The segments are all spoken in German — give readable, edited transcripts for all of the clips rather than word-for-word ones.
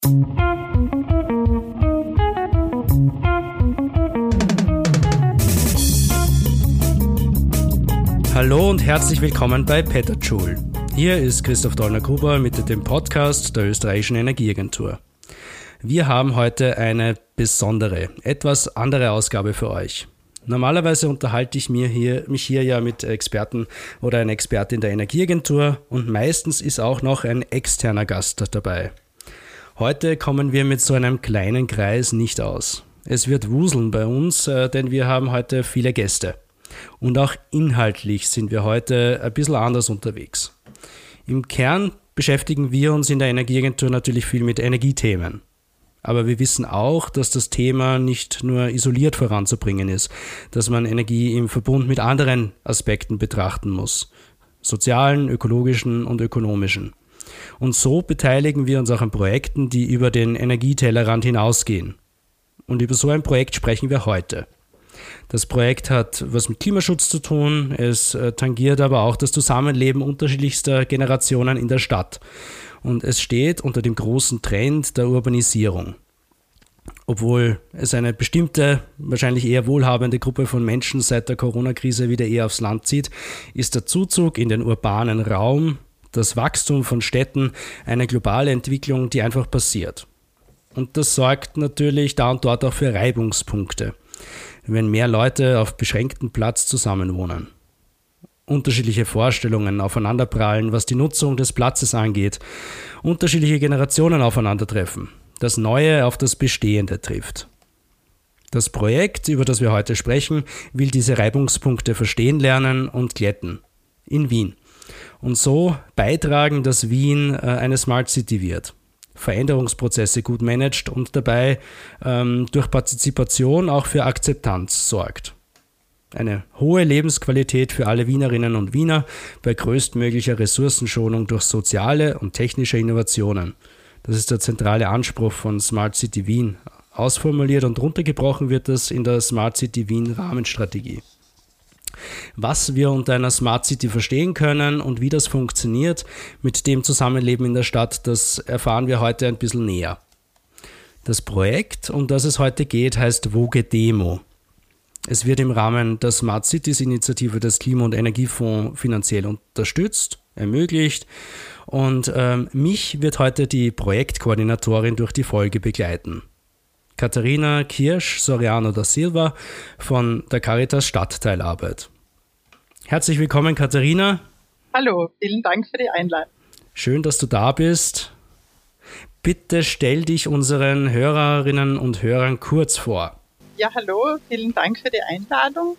Hallo und herzlich willkommen bei Petajoule. Hier ist Christoph Dollner-Gruber mit dem Podcast der Österreichischen Energieagentur. Wir haben heute eine besondere, etwas andere Ausgabe für euch. Normalerweise unterhalte ich mich hier ja mit Experten oder einer Expertin der Energieagentur und meistens ist auch noch ein externer Gast dabei. Heute kommen wir mit so einem kleinen Kreis nicht aus. Es wird wuseln bei uns, denn wir haben heute viele Gäste. Und auch inhaltlich sind wir heute ein bisschen anders unterwegs. Im Kern beschäftigen wir uns in der Energieagentur natürlich viel mit Energiethemen. Aber wir wissen auch, dass das Thema nicht nur isoliert voranzubringen ist, dass man Energie im Verbund mit anderen Aspekten betrachten muss. Sozialen, ökologischen und ökonomischen. Und so beteiligen wir uns auch an Projekten, die über den Energietellerrand hinausgehen. Und über so ein Projekt sprechen wir heute. Das Projekt hat was mit Klimaschutz zu tun, es tangiert aber auch das Zusammenleben unterschiedlichster Generationen in der Stadt. Und es steht unter dem großen Trend der Urbanisierung. Obwohl es eine bestimmte, wahrscheinlich eher wohlhabende Gruppe von Menschen seit der Corona-Krise wieder eher aufs Land zieht, ist der Zuzug in den urbanen Raum, das Wachstum von Städten, eine globale Entwicklung, die einfach passiert. Und das sorgt natürlich da und dort auch für Reibungspunkte, wenn mehr Leute auf beschränktem Platz zusammenwohnen. Unterschiedliche Vorstellungen aufeinanderprallen, was die Nutzung des Platzes angeht, unterschiedliche Generationen aufeinandertreffen, das Neue auf das Bestehende trifft. Das Projekt, über das wir heute sprechen, will diese Reibungspunkte verstehen lernen und glätten. In Wien. Und so beitragen, dass Wien eine Smart City wird. Veränderungsprozesse gut managt und dabei durch Partizipation auch für Akzeptanz sorgt. Eine hohe Lebensqualität für alle Wienerinnen und Wiener bei größtmöglicher Ressourcenschonung durch soziale und technische Innovationen. Das ist der zentrale Anspruch von Smart City Wien. Ausformuliert und runtergebrochen wird das in der Smart City Wien Rahmenstrategie. Was wir unter einer Smart City verstehen können und wie das funktioniert mit dem Zusammenleben in der Stadt, das erfahren wir heute ein bisschen näher. Das Projekt, um das es heute geht, heißt WOGE-Demo. Es wird im Rahmen der Smart Cities Initiative des Klima- und Energiefonds finanziell unterstützt, ermöglicht und mich wird heute die Projektkoordinatorin durch die Folge begleiten. Katharina Kirsch-Soriano da Silva von der Caritas Stadtteilarbeit. Herzlich willkommen, Katharina. Hallo, vielen Dank für die Einladung. Schön, dass du da bist. Bitte stell dich unseren Hörerinnen und Hörern kurz vor. Ja, hallo, vielen Dank für die Einladung.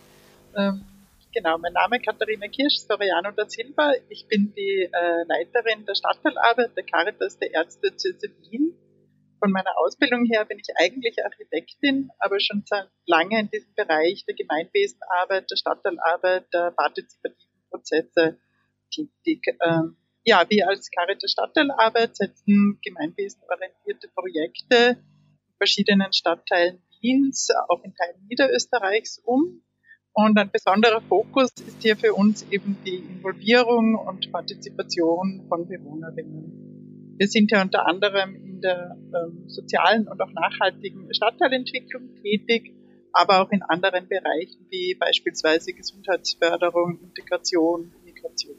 Mein Name ist Katharina Kirsch-Soriano da Silva. Ich bin die Leiterin der Stadtteilarbeit der Caritas der Erzdiözese Wien. Von meiner Ausbildung her bin ich eigentlich Architektin, aber schon seit lange in diesem Bereich der Gemeinwesenarbeit, der Stadtteilarbeit, der partizipativen Prozesse tätig. Wir als Caritas Stadtteilarbeit setzen gemeinwesenorientierte Projekte in verschiedenen Stadtteilen Wiens, auch in Teilen Niederösterreichs um. Und ein besonderer Fokus ist hier für uns eben die Involvierung und Partizipation von Bewohnerinnen. Wir sind ja unter anderem in der sozialen und auch nachhaltigen Stadtteilentwicklung tätig, aber auch in anderen Bereichen wie beispielsweise Gesundheitsförderung, Integration, Migration.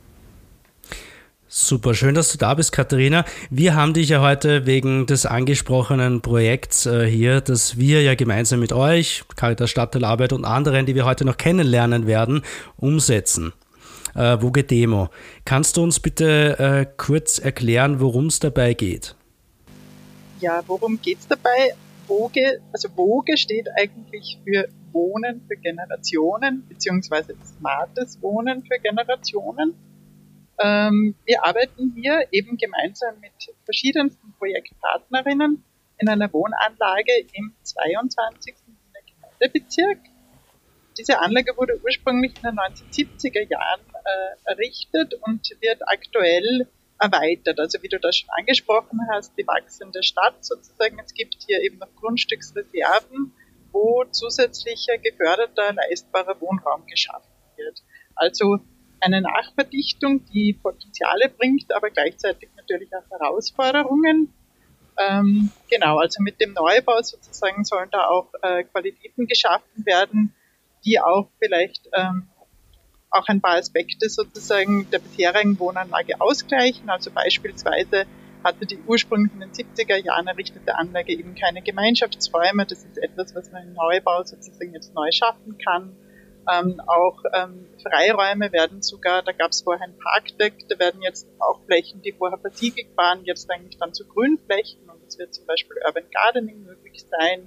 Super, schön, dass du da bist, Katharina. Wir haben dich ja heute wegen des angesprochenen Projekts hier, das wir ja gemeinsam mit euch, Caritas Stadtteilarbeit und anderen, die wir heute noch kennenlernen werden, umsetzen. WOGE-Demo. Kannst du uns bitte kurz erklären, worum es dabei geht? Ja, worum geht es dabei? WOGE steht eigentlich für Wohnen für Generationen, beziehungsweise smartes Wohnen für Generationen. Wir arbeiten hier eben gemeinsam mit verschiedensten Projektpartnerinnen in einer Wohnanlage im 22. Gemeindebezirk. Diese Anlage wurde ursprünglich in den 1970er Jahren errichtet und wird aktuell erweitert. Also wie du das schon angesprochen hast, die wachsende Stadt sozusagen. Es gibt hier eben noch Grundstücksreserven, wo zusätzlicher geförderter, leistbarer Wohnraum geschaffen wird. Also eine Nachverdichtung, die Potenziale bringt, aber gleichzeitig natürlich auch Herausforderungen. Genau, also mit dem Neubau sozusagen sollen da auch Qualitäten geschaffen werden, die auch vielleicht auch ein paar Aspekte sozusagen der bisherigen Wohnanlage ausgleichen. Also beispielsweise hatte die ursprünglich in den 70er Jahren errichtete Anlage eben keine Gemeinschaftsräume. Das ist etwas, was man im Neubau sozusagen jetzt neu schaffen kann. Auch Freiräume werden sogar, da gab es vorher ein Parkdeck, da werden jetzt auch Flächen, die vorher versiegelt waren, jetzt eigentlich dann zu Grünflächen, und es wird zum Beispiel Urban Gardening möglich sein.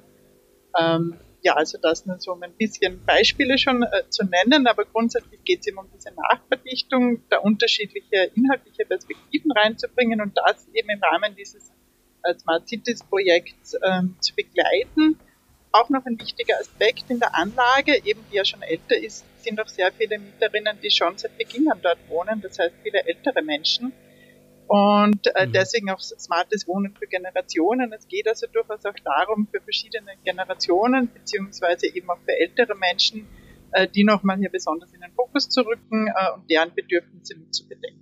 Ja, also das nur so um ein bisschen Beispiele schon zu nennen, aber grundsätzlich geht es eben um diese Nachverdichtung, da unterschiedliche inhaltliche Perspektiven reinzubringen und das eben im Rahmen dieses Smart Cities Projekts zu begleiten. Auch noch ein wichtiger Aspekt in der Anlage, eben die ja schon älter ist, sind auch sehr viele Mieterinnen, die schon seit Beginn an dort wohnen, das heißt viele ältere Menschen. Und deswegen auch smartes Wohnen für Generationen. Es geht also durchaus auch darum, für verschiedene Generationen, beziehungsweise eben auch für ältere Menschen, die nochmal hier besonders in den Fokus zu rücken und deren Bedürfnisse mit zu bedenken.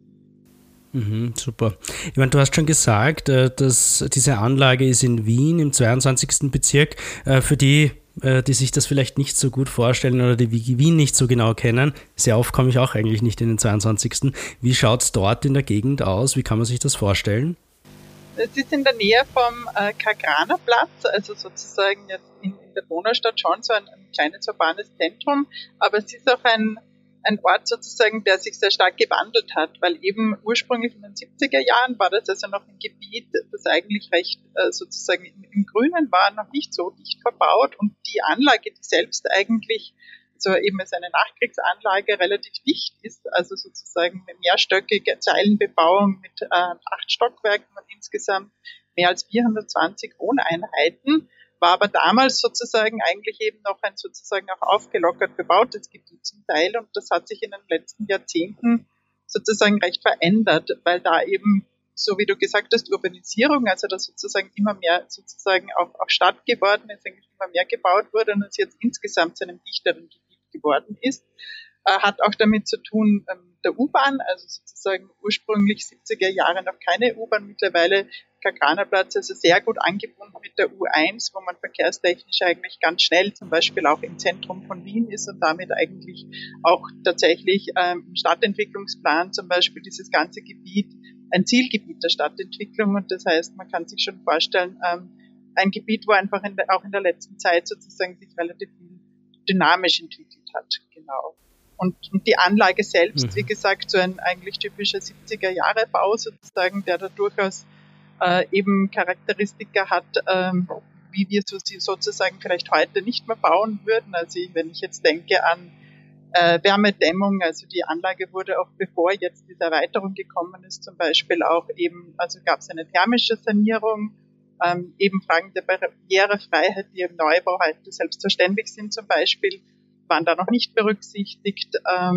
Super. Ich meine, du hast schon gesagt, dass diese Anlage ist in Wien im 22. Bezirk. Für die sich das vielleicht nicht so gut vorstellen oder die Wien nicht so genau kennen, sehr oft komme ich auch eigentlich nicht in den 22. Wie schaut es dort in der Gegend aus? Wie kann man sich das vorstellen? Es ist in der Nähe vom Kagranerplatz, also sozusagen jetzt in der Donaustadt schon so ein kleines urbanes Zentrum, aber es ist auch ein Ort sozusagen, der sich sehr stark gewandelt hat, weil eben ursprünglich in den 70er Jahren war das also noch ein Gebiet, das eigentlich recht sozusagen im Grünen war, noch nicht so dicht verbaut, und die Anlage, die selbst eigentlich so eben als eine Nachkriegsanlage relativ dicht ist, also sozusagen eine mehrstöckige Zeilenbebauung mit 8 Stockwerken und insgesamt mehr als 420 Wohneinheiten, war aber damals sozusagen eigentlich eben noch ein sozusagen auch aufgelockert bebautes Gebiet zum Teil, und das hat sich in den letzten Jahrzehnten sozusagen recht verändert, weil da eben, so wie du gesagt hast, Urbanisierung, also dass sozusagen immer mehr sozusagen auch Stadt geworden ist, eigentlich immer mehr gebaut wurde und es jetzt insgesamt zu einem dichteren Gebiet geworden ist, hat auch damit zu tun, der U-Bahn, also sozusagen ursprünglich 70er Jahre noch keine U-Bahn, mittlerweile Kagranerplatz, also sehr gut angebunden mit der U1, wo man verkehrstechnisch eigentlich ganz schnell zum Beispiel auch im Zentrum von Wien ist und damit eigentlich auch tatsächlich im Stadtentwicklungsplan zum Beispiel dieses ganze Gebiet ein Zielgebiet der Stadtentwicklung, und das heißt, man kann sich schon vorstellen, ein Gebiet, wo einfach auch in der letzten Zeit sozusagen sich relativ viel dynamisch entwickelt hat, genau. Und die Anlage selbst, wie gesagt, so ein eigentlich typischer 70er-Jahre-Bau sozusagen, der da durchaus eben Charakteristika hat, wie wir sie sozusagen vielleicht heute nicht mehr bauen würden. Also wenn ich jetzt denke an Wärmedämmung, also die Anlage wurde auch bevor jetzt diese Erweiterung gekommen ist, zum Beispiel auch eben, also gab es eine thermische Sanierung, eben Fragen der Barrierefreiheit, die im Neubau halt selbstverständlich sind zum Beispiel, waren da noch nicht berücksichtigt.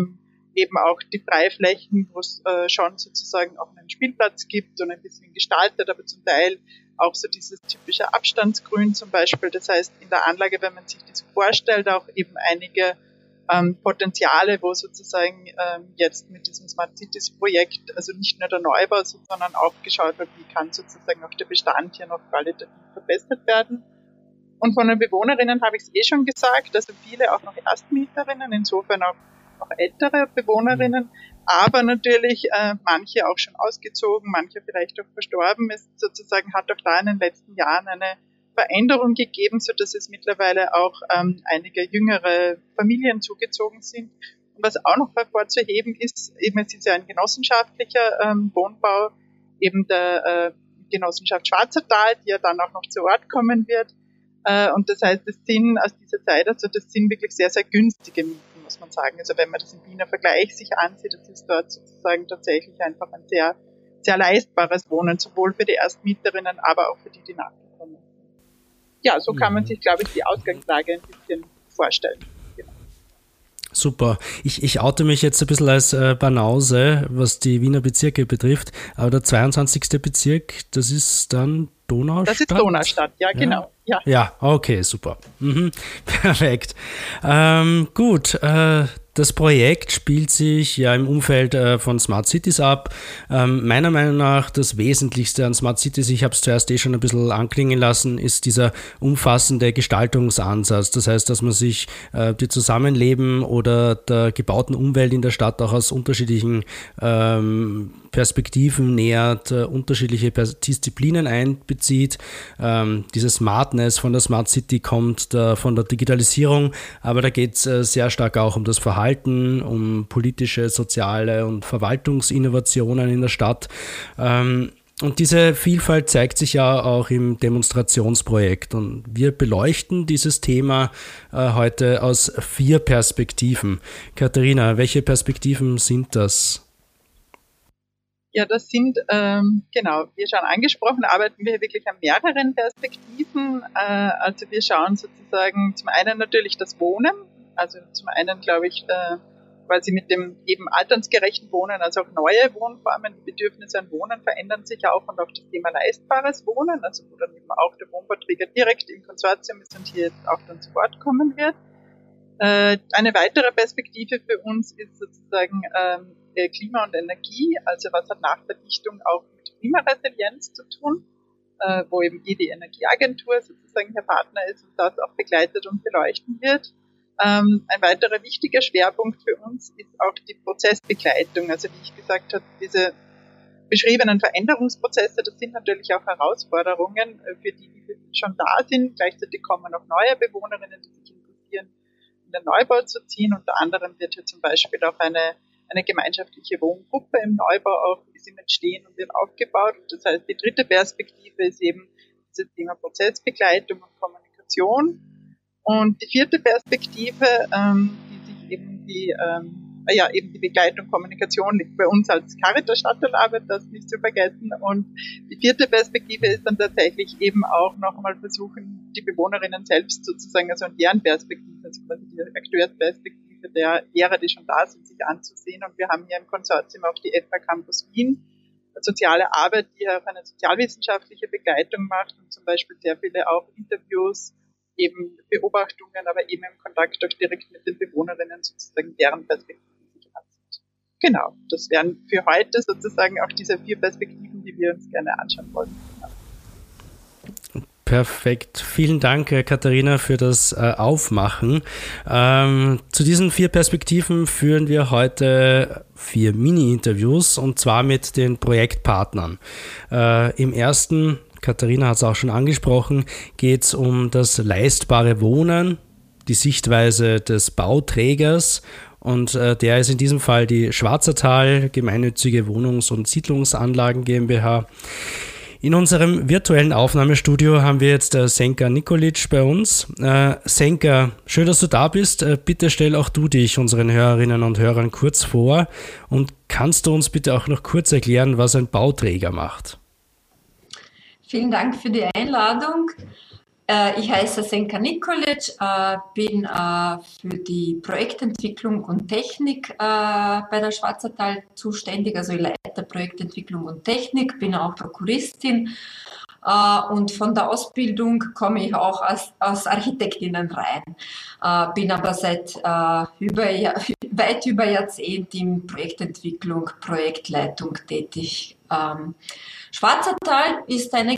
Eben auch die Freiflächen, wo es schon sozusagen auch einen Spielplatz gibt und ein bisschen gestaltet, aber zum Teil auch so dieses typische Abstandsgrün zum Beispiel. Das heißt, in der Anlage, wenn man sich das vorstellt, auch eben einige Potenziale, wo sozusagen jetzt mit diesem Smart Cities Projekt, also nicht nur der Neubau, sondern auch geschaut wird, wie kann sozusagen auch der Bestand hier noch qualitativ verbessert werden. Und von den Bewohnerinnen habe ich es schon gesagt, also viele auch noch Erstmieterinnen, insofern auch ältere Bewohnerinnen, aber natürlich manche auch schon ausgezogen, manche vielleicht auch verstorben ist, sozusagen hat auch da in den letzten Jahren eine Veränderung gegeben, so dass es mittlerweile auch einige jüngere Familien zugezogen sind. Und was auch noch hervorzuheben ist, eben es ist ja ein genossenschaftlicher Wohnbau, eben der Genossenschaft Schwarzertal, die ja dann auch noch zu Ort kommen wird. Und das heißt, das sind aus dieser Zeit, also das sind wirklich sehr, sehr günstige Mieten, muss man sagen. Also wenn man das im Wiener Vergleich sich ansieht, das ist dort sozusagen tatsächlich einfach ein sehr, sehr leistbares Wohnen, sowohl für die Erstmieterinnen, aber auch für die nachgekommen sind. Ja, so kann man sich, glaube ich, die Ausgangslage ein bisschen vorstellen. Genau. Super. Ich oute mich jetzt ein bisschen als Banause, was die Wiener Bezirke betrifft, aber der 22. Bezirk, das ist dann Donaustadt? Das ist Donaustadt, ja, genau. Ja, okay, super. Perfekt. Gut, Das Projekt spielt sich ja im Umfeld von Smart Cities ab. Meiner Meinung nach das Wesentlichste an Smart Cities, ich habe es zuerst schon ein bisschen anklingen lassen, ist dieser umfassende Gestaltungsansatz. Das heißt, dass man sich die Zusammenleben oder der gebauten Umwelt in der Stadt auch aus unterschiedlichen Perspektiven nähert, unterschiedliche Disziplinen einbezieht. Diese Smartness von der Smart City kommt von der Digitalisierung, aber da geht es sehr stark auch um das Verhalten, um politische, soziale und Verwaltungsinnovationen in der Stadt. Und diese Vielfalt zeigt sich ja auch im Demonstrationsprojekt. Und wir beleuchten dieses Thema heute aus 4 Perspektiven. Katharina, welche Perspektiven sind das? Ja, das sind, genau, wie schon angesprochen, arbeiten wir wirklich an mehreren Perspektiven. Also wir schauen sozusagen zum einen natürlich das Wohnen, also zum einen glaube ich, quasi mit dem eben alternsgerechten Wohnen, also auch neue Wohnformen, die Bedürfnisse an Wohnen verändern sich auch und auch das Thema leistbares Wohnen, also wo dann eben auch der Wohnbauträger direkt im Konsortium ist und hier jetzt auch dann zu Wort kommen wird. Eine weitere Perspektive für uns ist sozusagen Klima und Energie, also was hat Nachverdichtung auch mit Klimaresilienz zu tun, wo eben die Energieagentur sozusagen der Partner ist und das auch begleitet und beleuchten wird. Ein weiterer wichtiger Schwerpunkt für uns ist auch die Prozessbegleitung. Also wie ich gesagt habe, diese beschriebenen Veränderungsprozesse, das sind natürlich auch Herausforderungen für die schon da sind. Gleichzeitig kommen auch neue Bewohnerinnen, die sich interessieren, in den Neubau zu ziehen. Unter anderem wird hier zum Beispiel auch eine gemeinschaftliche Wohngruppe im Neubau auch ist im Entstehen und wird aufgebaut. Und das heißt, die dritte Perspektive ist eben dieses Thema Prozessbegleitung und Kommunikation. Und die vierte Perspektive, die sich eben eben die Begleitung, Kommunikation liegt bei uns als Caritas Stadtteilarbeit, das nicht zu vergessen. Und die vierte Perspektive ist dann tatsächlich eben auch nochmal versuchen, die Bewohnerinnen selbst sozusagen, also deren Perspektive, also quasi die Akteursperspektive derer, die schon da sind, sich anzusehen. Und wir haben hier im Konsortium auch die FH Campus Wien, soziale Arbeit, die auch eine sozialwissenschaftliche Begleitung macht und zum Beispiel sehr viele auch Interviews, eben Beobachtungen, aber eben im Kontakt auch direkt mit den Bewohnerinnen sozusagen deren Perspektiven sich ansieht. Genau, das wären für heute sozusagen auch diese 4 Perspektiven, die wir uns gerne anschauen wollen. Perfekt. Vielen Dank, Katharina, für das Aufmachen. Zu diesen 4 Perspektiven führen wir heute 4 Mini-Interviews und zwar mit den Projektpartnern. Im ersten, Katharina hat es auch schon angesprochen, geht es um das leistbare Wohnen, die Sichtweise des Bauträgers und der ist in diesem Fall die Schwarzertal gemeinnützige Wohnungs- und Siedlungsanlagen GmbH. In unserem virtuellen Aufnahmestudio haben wir jetzt Senka Nikolic bei uns. Senka, schön, dass du da bist. Bitte stell auch du dich unseren Hörerinnen und Hörern kurz vor und kannst du uns bitte auch noch kurz erklären, was ein Bauträger macht? Vielen Dank für die Einladung. Ich heiße Senka Nikolic, bin für die Projektentwicklung und Technik bei der Schwarzertal zuständig, also ich leite Projektentwicklung und Technik, bin auch Prokuristin und von der Ausbildung komme ich auch aus Architektinnenreihen, bin aber seit weit über Jahrzehnt in Projektentwicklung, Projektleitung tätig. Schwarzertal ist ein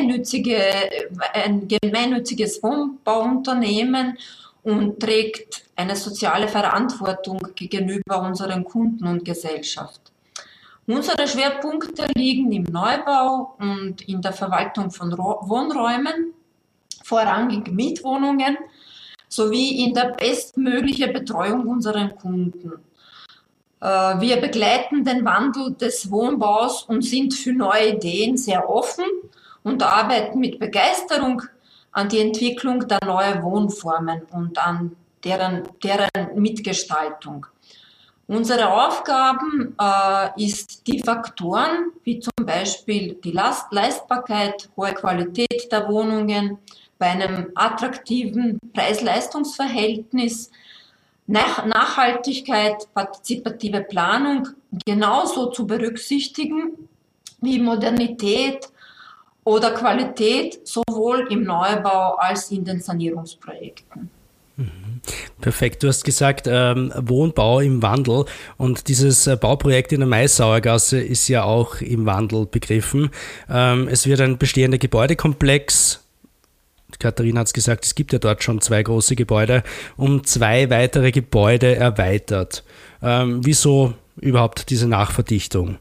gemeinnütziges Wohnbauunternehmen und trägt eine soziale Verantwortung gegenüber unseren Kunden und Gesellschaft. Unsere Schwerpunkte liegen im Neubau und in der Verwaltung von Wohnräumen, vorrangig Mietwohnungen, sowie in der bestmöglichen Betreuung unserer Kunden. Wir begleiten den Wandel des Wohnbaus und sind für neue Ideen sehr offen und arbeiten mit Begeisterung an die Entwicklung der neuen Wohnformen und an deren Mitgestaltung. Unsere Aufgaben ist die Faktoren wie zum Beispiel die Leistbarkeit, hohe Qualität der Wohnungen bei einem attraktiven Preis-Leistungs-Verhältnis, Nachhaltigkeit, partizipative Planung genauso zu berücksichtigen wie Modernität oder Qualität sowohl im Neubau als in den Sanierungsprojekten. Mhm. Perfekt. Du hast gesagt, Wohnbau im Wandel, und dieses Bauprojekt in der Maissauergasse ist ja auch im Wandel begriffen. Es wird ein bestehender Gebäudekomplex, Katharina hat es gesagt, es gibt ja dort schon 2 große Gebäude, um 2 weitere Gebäude erweitert. Wieso überhaupt diese Nachverdichtung?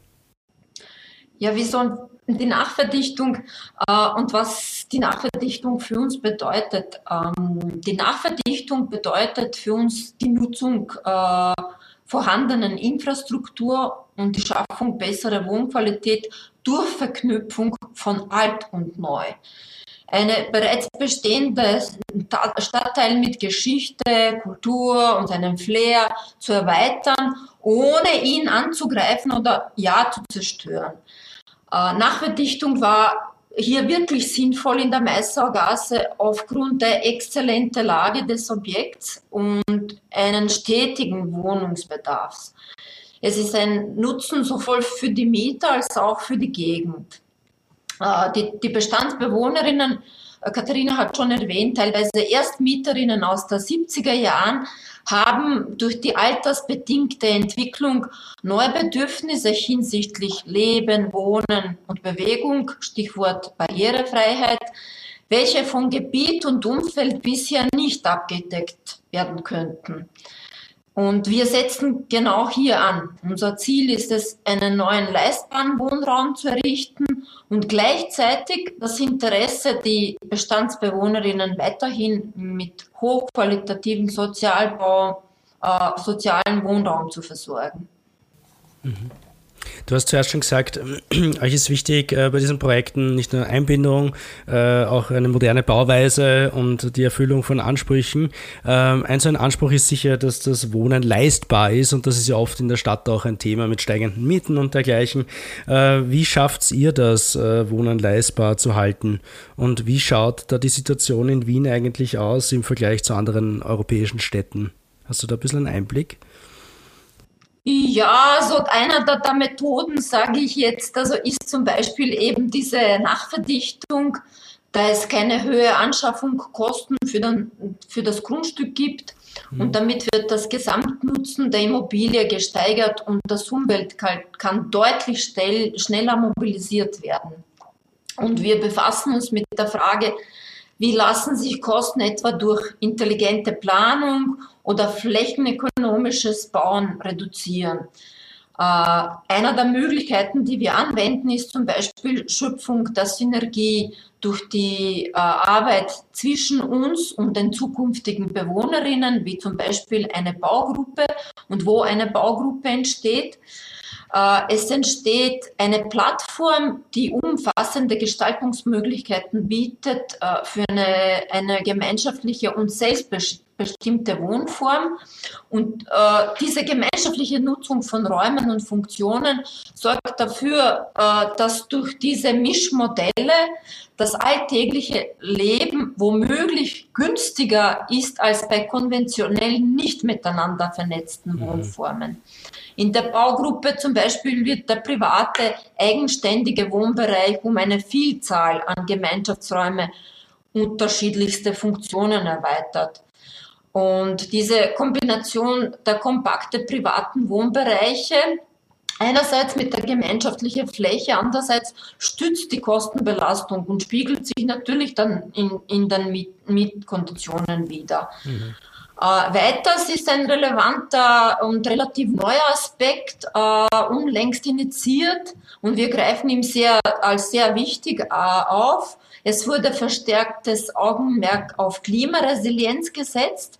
Ja, wieso die Nachverdichtung und was die Nachverdichtung für uns bedeutet? Die Nachverdichtung bedeutet für uns die Nutzung vorhandenen Infrastruktur und die Schaffung besserer Wohnqualität durch Verknüpfung von Alt und Neu. Eine bereits bestehende Stadtteil mit Geschichte, Kultur und seinem Flair zu erweitern, ohne ihn anzugreifen oder ja zu zerstören. Nachverdichtung war hier wirklich sinnvoll in der Maissauergasse aufgrund der exzellenten Lage des Objekts und einen stetigen Wohnungsbedarfs. Es ist ein Nutzen sowohl für die Mieter als auch für die Gegend. Die Bestandsbewohnerinnen, Katharina hat schon erwähnt, teilweise Erstmieterinnen aus den 70er Jahren, haben durch die altersbedingte Entwicklung neue Bedürfnisse hinsichtlich Leben, Wohnen und Bewegung, Stichwort Barrierefreiheit, welche von Gebiet und Umfeld bisher nicht abgedeckt werden könnten. Und wir setzen genau hier an. Unser Ziel ist es, einen neuen leistbaren Wohnraum zu errichten und gleichzeitig das Interesse, die Bestandsbewohnerinnen weiterhin mit hochqualitativen sozialen Wohnraum zu versorgen. Mhm. Du hast zuerst schon gesagt, euch ist wichtig bei diesen Projekten nicht nur Einbindung, auch eine moderne Bauweise und die Erfüllung von Ansprüchen. So ein Anspruch ist sicher, dass das Wohnen leistbar ist, und das ist ja oft in der Stadt auch ein Thema mit steigenden Mieten und dergleichen. Wie schafft ihr das, Wohnen leistbar zu halten, und wie schaut da die Situation in Wien eigentlich aus im Vergleich zu anderen europäischen Städten? Hast du da ein bisschen einen Einblick? Ja, so einer der Methoden, sage ich jetzt, also ist zum Beispiel eben diese Nachverdichtung, da es keine höhere Anschaffungskosten für das Grundstück gibt, und damit wird das Gesamtnutzen der Immobilie gesteigert und das Umwelt kann deutlich schneller mobilisiert werden. Und wir befassen uns mit der Frage, wie lassen sich Kosten etwa durch intelligente Planung oder flächenökonomisches Bauen reduzieren? Einer der Möglichkeiten, die wir anwenden, ist zum Beispiel Schöpfung der Synergie durch die Arbeit zwischen uns und den zukünftigen Bewohnerinnen, wie zum Beispiel eine Baugruppe, und wo eine Baugruppe entsteht. Es entsteht eine Plattform, die umfassende Gestaltungsmöglichkeiten bietet für eine gemeinschaftliche und selbstbestimmte Wohnform. Und diese gemeinschaftliche Nutzung von Räumen und Funktionen sorgt dafür, dass durch diese Mischmodelle das alltägliche Leben womöglich günstiger ist als bei konventionell nicht miteinander vernetzten Wohnformen. In der Baugruppe zum Beispiel wird der private, eigenständige Wohnbereich um eine Vielzahl an Gemeinschaftsräume unterschiedlichste Funktionen erweitert. Und diese Kombination der kompakte privaten Wohnbereiche, einerseits mit der gemeinschaftlichen Fläche, andererseits stützt die Kostenbelastung und spiegelt sich natürlich dann in den Mietkonditionen wider. Mhm. Weiters ist ein relevanter und relativ neuer Aspekt unlängst initiiert, und wir greifen ihn als sehr wichtig auf. Es wurde verstärktes Augenmerk auf Klimaresilienz gesetzt,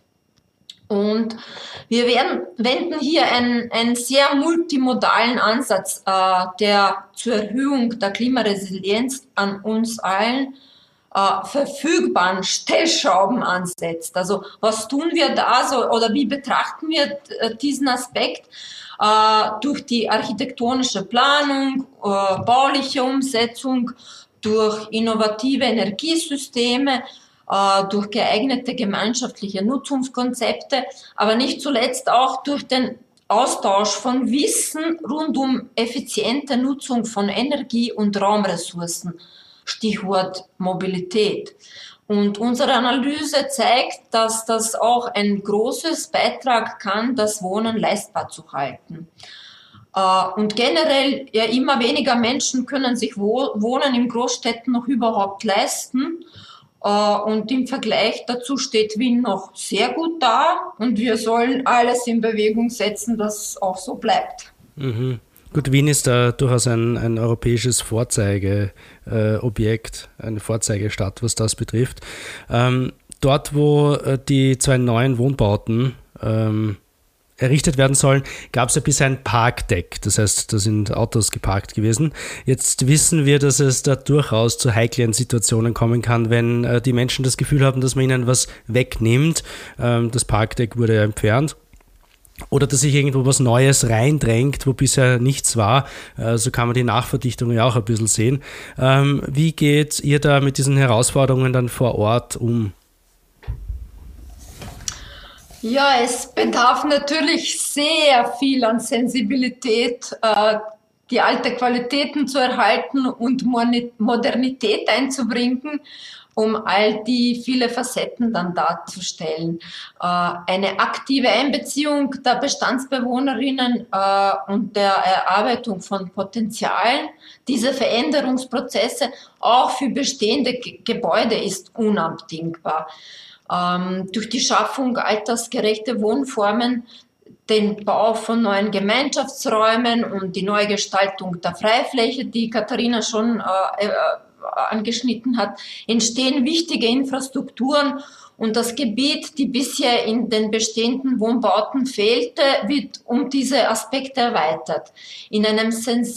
und wir wenden hier einen sehr multimodalen Ansatz, der zur Erhöhung der Klimaresilienz an uns allen verfügbaren Stellschrauben ansetzt. Also was tun wir da so, oder wie betrachten wir diesen Aspekt? Durch die architektonische Planung, bauliche Umsetzung, durch innovative Energiesysteme, durch geeignete gemeinschaftliche Nutzungskonzepte, aber nicht zuletzt auch durch den Austausch von Wissen rund um effiziente Nutzung von Energie und Raumressourcen. Stichwort Mobilität. Und unsere Analyse zeigt, dass das auch ein großes Beitrag kann, das Wohnen leistbar zu halten. Und generell, ja, immer weniger Menschen können sich Wohnen in Großstädten noch überhaupt leisten. Und im Vergleich dazu steht Wien noch sehr gut da. Und wir sollen alles in Bewegung setzen, dass es auch so bleibt. Mhm. Gut, Wien ist da durchaus ein europäisches Vorzeigeobjekt, eine Vorzeigestadt, was das betrifft. Dort, wo die 2 neuen Wohnbauten errichtet werden sollen, gab es ja bisher ein Parkdeck. Das heißt, da sind Autos geparkt gewesen. Jetzt wissen wir, dass es da durchaus zu heiklen Situationen kommen kann, wenn die Menschen das Gefühl haben, dass man ihnen was wegnimmt. Das Parkdeck wurde ja entfernt. Oder dass sich irgendwo was Neues reindrängt, wo bisher nichts war. So kann man die Nachverdichtung ja auch ein bisschen sehen. Wie geht ihr da mit diesen Herausforderungen dann vor Ort um? Ja, es bedarf natürlich sehr viel an Sensibilität, die alten Qualitäten zu erhalten und Modernität einzubringen, um all die viele Facetten dann darzustellen. Eine aktive Einbeziehung der Bestandsbewohnerinnen und der Erarbeitung von Potenzialen, diese Veränderungsprozesse auch für bestehende Gebäude ist unabdingbar. Durch die Schaffung altersgerechter Wohnformen, den Bau von neuen Gemeinschaftsräumen und die Neugestaltung der Freifläche, die Katharina schon angeschnitten hat, entstehen wichtige Infrastrukturen und das Gebiet, die bisher in den bestehenden Wohnbauten fehlte, wird um diese Aspekte erweitert. In einem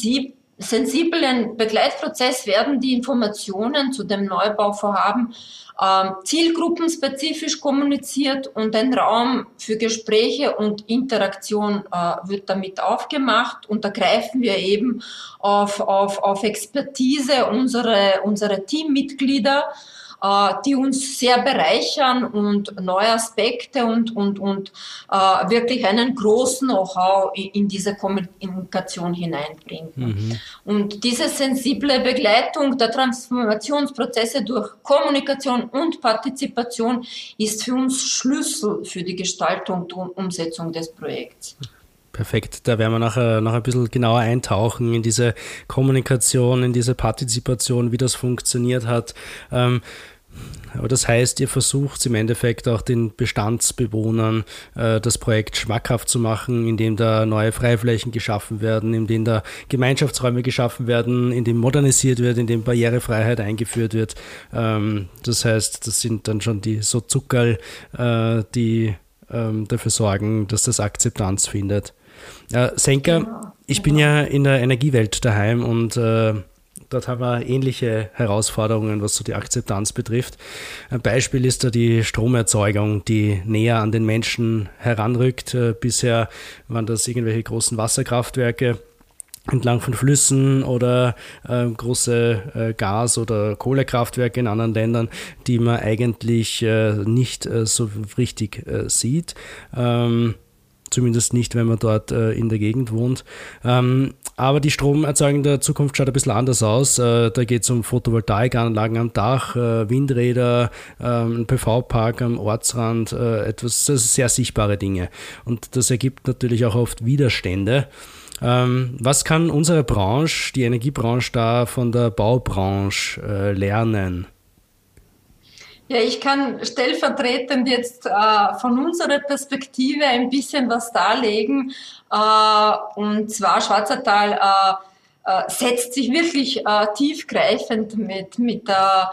sensiblen Begleitprozess werden die Informationen zu dem Neubauvorhaben zielgruppenspezifisch kommuniziert und ein Raum für Gespräche und Interaktion wird damit aufgemacht und da greifen wir eben auf Expertise unsere Teammitglieder, die uns sehr bereichern und neue Aspekte und wirklich einen großen Know-how in diese Kommunikation hineinbringen. Mhm. Und diese sensible Begleitung der Transformationsprozesse durch Kommunikation und Partizipation ist für uns Schlüssel für die Gestaltung und Umsetzung des Projekts. Perfekt, da werden wir nachher noch ein bisschen genauer eintauchen in diese Kommunikation, in diese Partizipation, wie das funktioniert hat. Aber das heißt, ihr versucht im Endeffekt auch den Bestandsbewohnern das Projekt schmackhaft zu machen, indem da neue Freiflächen geschaffen werden, indem da Gemeinschaftsräume geschaffen werden, indem modernisiert wird, indem Barrierefreiheit eingeführt wird. Das heißt, das sind dann schon die so Zuckerl, die dafür sorgen, dass das Akzeptanz findet. Senka, ich bin ja in der Energiewelt daheim und dort haben wir ähnliche Herausforderungen, was so die Akzeptanz betrifft. Ein Beispiel ist da die Stromerzeugung, die näher an den Menschen heranrückt. Bisher waren das irgendwelche großen Wasserkraftwerke entlang von Flüssen oder große Gas- oder Kohlekraftwerke in anderen Ländern, die man eigentlich nicht so richtig sieht. Zumindest nicht, wenn man dort in der Gegend wohnt. Aber die Stromerzeugung der Zukunft schaut ein bisschen anders aus. Da geht es um Photovoltaikanlagen am Dach, Windräder, ein PV-Park am Ortsrand, etwas sehr sichtbare Dinge. Und das ergibt natürlich auch oft Widerstände. Was kann unsere Branche, die Energiebranche, da von der Baubranche lernen? Ja, ich kann stellvertretend jetzt von unserer Perspektive ein bisschen was darlegen. Und zwar Schwarzertal setzt sich wirklich tiefgreifend mit der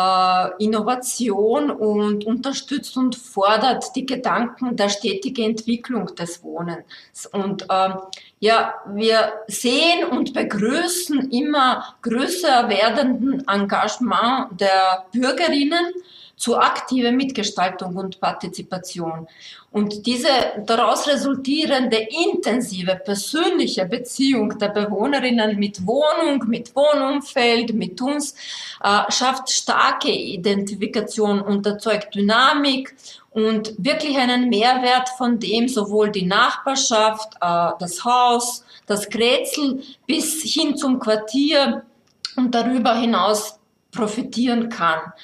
Innovation und unterstützt und fordert die Gedanken der stetigen Entwicklung des Wohnens. Und ja, wir sehen und begrüßen immer größer werdenden Engagement der Bürgerinnen zur aktiven Mitgestaltung und Partizipation. Und diese daraus resultierende intensive persönliche Beziehung der Bewohnerinnen mit Wohnung, mit Wohnumfeld, mit uns, schafft starke Identifikation und erzeugt Dynamik und wirklich einen Mehrwert, von dem sowohl die Nachbarschaft, das Haus, das Grätzl bis hin zum Quartier und darüber hinaus profitieren kann.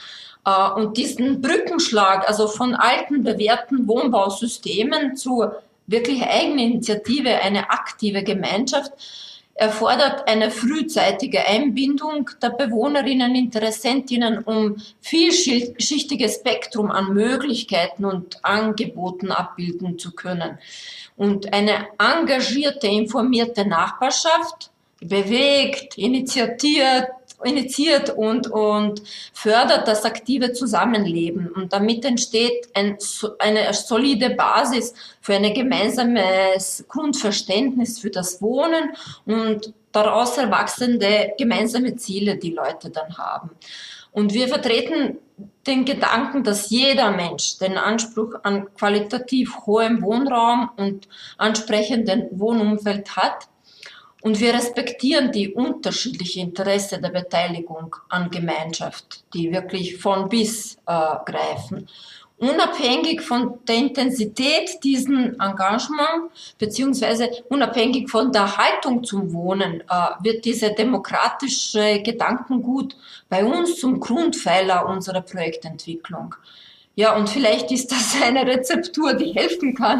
Und diesen Brückenschlag, also von alten, bewährten Wohnbausystemen zu wirklich Eigeninitiative, eine aktive Gemeinschaft, erfordert eine frühzeitige Einbindung der Bewohnerinnen, Interessentinnen, um vielschichtiges Spektrum an Möglichkeiten und Angeboten abbilden zu können. Und eine engagierte, informierte Nachbarschaft bewegt, initiiert und fördert das aktive Zusammenleben. Und damit entsteht eine solide Basis für ein gemeinsames Grundverständnis für das Wohnen und daraus erwachsende gemeinsame Ziele, die Leute dann haben. Und wir vertreten den Gedanken, dass jeder Mensch den Anspruch an qualitativ hohem Wohnraum und ansprechendem Wohnumfeld hat. Und wir respektieren die unterschiedliche Interesse der Beteiligung an Gemeinschaft, die wirklich von bis greifen. Unabhängig von der Intensität diesen Engagement, beziehungsweise unabhängig von der Haltung zum Wohnen, wird diese demokratische Gedankengut bei uns zum Grundpfeiler unserer Projektentwicklung. Ja, und vielleicht ist das eine Rezeptur, die helfen kann.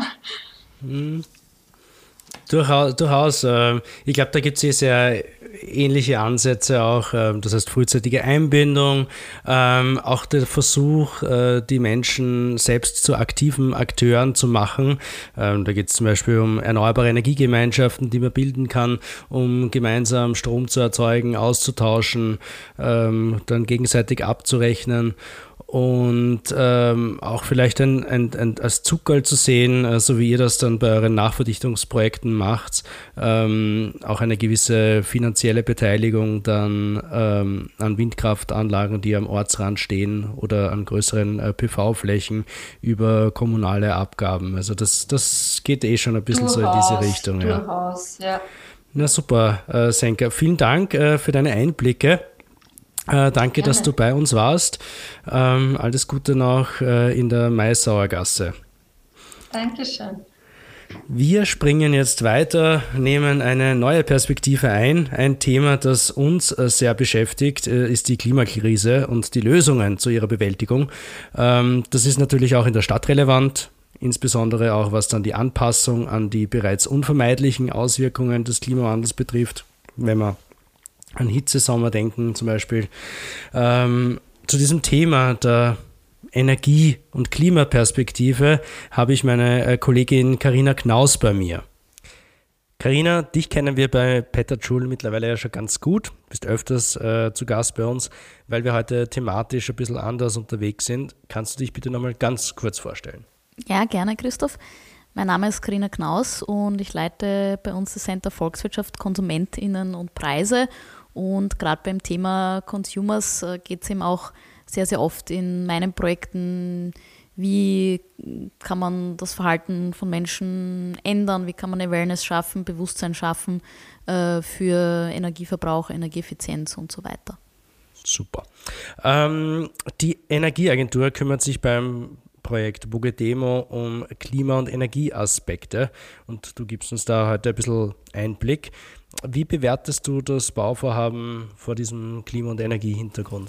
Durchaus. Ich glaube, da gibt es sehr ähnliche Ansätze auch. Das heißt, frühzeitige Einbindung, auch der Versuch, die Menschen selbst zu aktiven Akteuren zu machen. Da geht es zum Beispiel um erneuerbare Energiegemeinschaften, die man bilden kann, um gemeinsam Strom zu erzeugen, auszutauschen, dann gegenseitig abzurechnen. Und auch vielleicht als Zuckerl zu sehen, so wie ihr das dann bei euren Nachverdichtungsprojekten macht, auch eine gewisse finanzielle Beteiligung dann an Windkraftanlagen, die am Ortsrand stehen oder an größeren PV-Flächen über kommunale Abgaben. Also das geht schon ein bisschen so in diese Richtung. Durchaus, ja. Na super, Senka. Vielen Dank für deine Einblicke. Danke, dass du bei uns warst. Alles Gute noch in der Maisauergasse. Dankeschön. Wir springen jetzt weiter, nehmen eine neue Perspektive ein. Ein Thema, das uns sehr beschäftigt, ist die Klimakrise und die Lösungen zu ihrer Bewältigung. Das ist natürlich auch in der Stadt relevant, insbesondere auch was dann die Anpassung an die bereits unvermeidlichen Auswirkungen des Klimawandels betrifft, wenn man an Hitzesommer denken zum Beispiel. Zu diesem Thema der Energie- und Klimaperspektive habe ich meine Kollegin Carina Knaus bei mir. Carina, dich kennen wir bei Petterjoule mittlerweile ja schon ganz gut. Du bist öfters zu Gast bei uns, weil wir heute thematisch ein bisschen anders unterwegs sind. Kannst du dich bitte nochmal ganz kurz vorstellen? Ja, gerne, Christoph. Mein Name ist Carina Knaus und ich leite bei uns das Center Volkswirtschaft, KonsumentInnen und Preise. Und gerade beim Thema Consumers geht es eben auch sehr, sehr oft in meinen Projekten, wie kann man das Verhalten von Menschen ändern, wie kann man Awareness schaffen, Bewusstsein schaffen für Energieverbrauch, Energieeffizienz und so weiter. Super. Die Energieagentur kümmert sich beim Projekt Bugedemo um Klima- und Energieaspekte und du gibst uns da heute ein bisschen Einblick. Wie bewertest du das Bauvorhaben vor diesem Klima- und Energiehintergrund?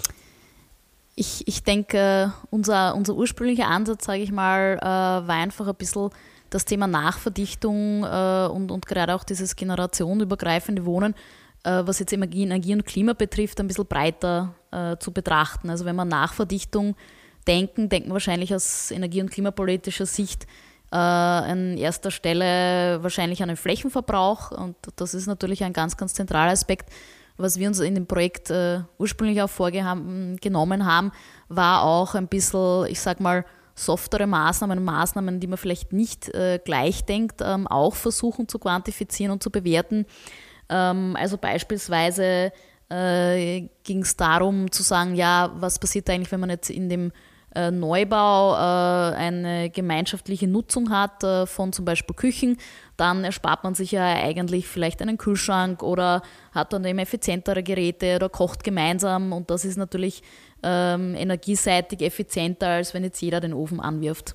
Ich denke, unser ursprünglicher Ansatz, sage ich mal, war einfach ein bisschen das Thema Nachverdichtung und gerade auch dieses generationenübergreifende Wohnen, was jetzt Energie und Klima betrifft, ein bisschen breiter zu betrachten. Also wenn man Nachverdichtung denken wir wahrscheinlich aus energie- und klimapolitischer Sicht an erster Stelle wahrscheinlich an den Flächenverbrauch und das ist natürlich ein ganz, ganz zentraler Aspekt. Was wir uns in dem Projekt ursprünglich auch vorgenommen haben, war auch ein bisschen, ich sag mal, softere Maßnahmen, die man vielleicht nicht gleich denkt, auch versuchen zu quantifizieren und zu bewerten. Also beispielsweise ging es darum zu sagen, ja, was passiert eigentlich, wenn man jetzt in dem Neubau eine gemeinschaftliche Nutzung hat von zum Beispiel Küchen, dann erspart man sich ja eigentlich vielleicht einen Kühlschrank oder hat dann eben effizientere Geräte oder kocht gemeinsam und das ist natürlich energieseitig effizienter, als wenn jetzt jeder den Ofen anwirft.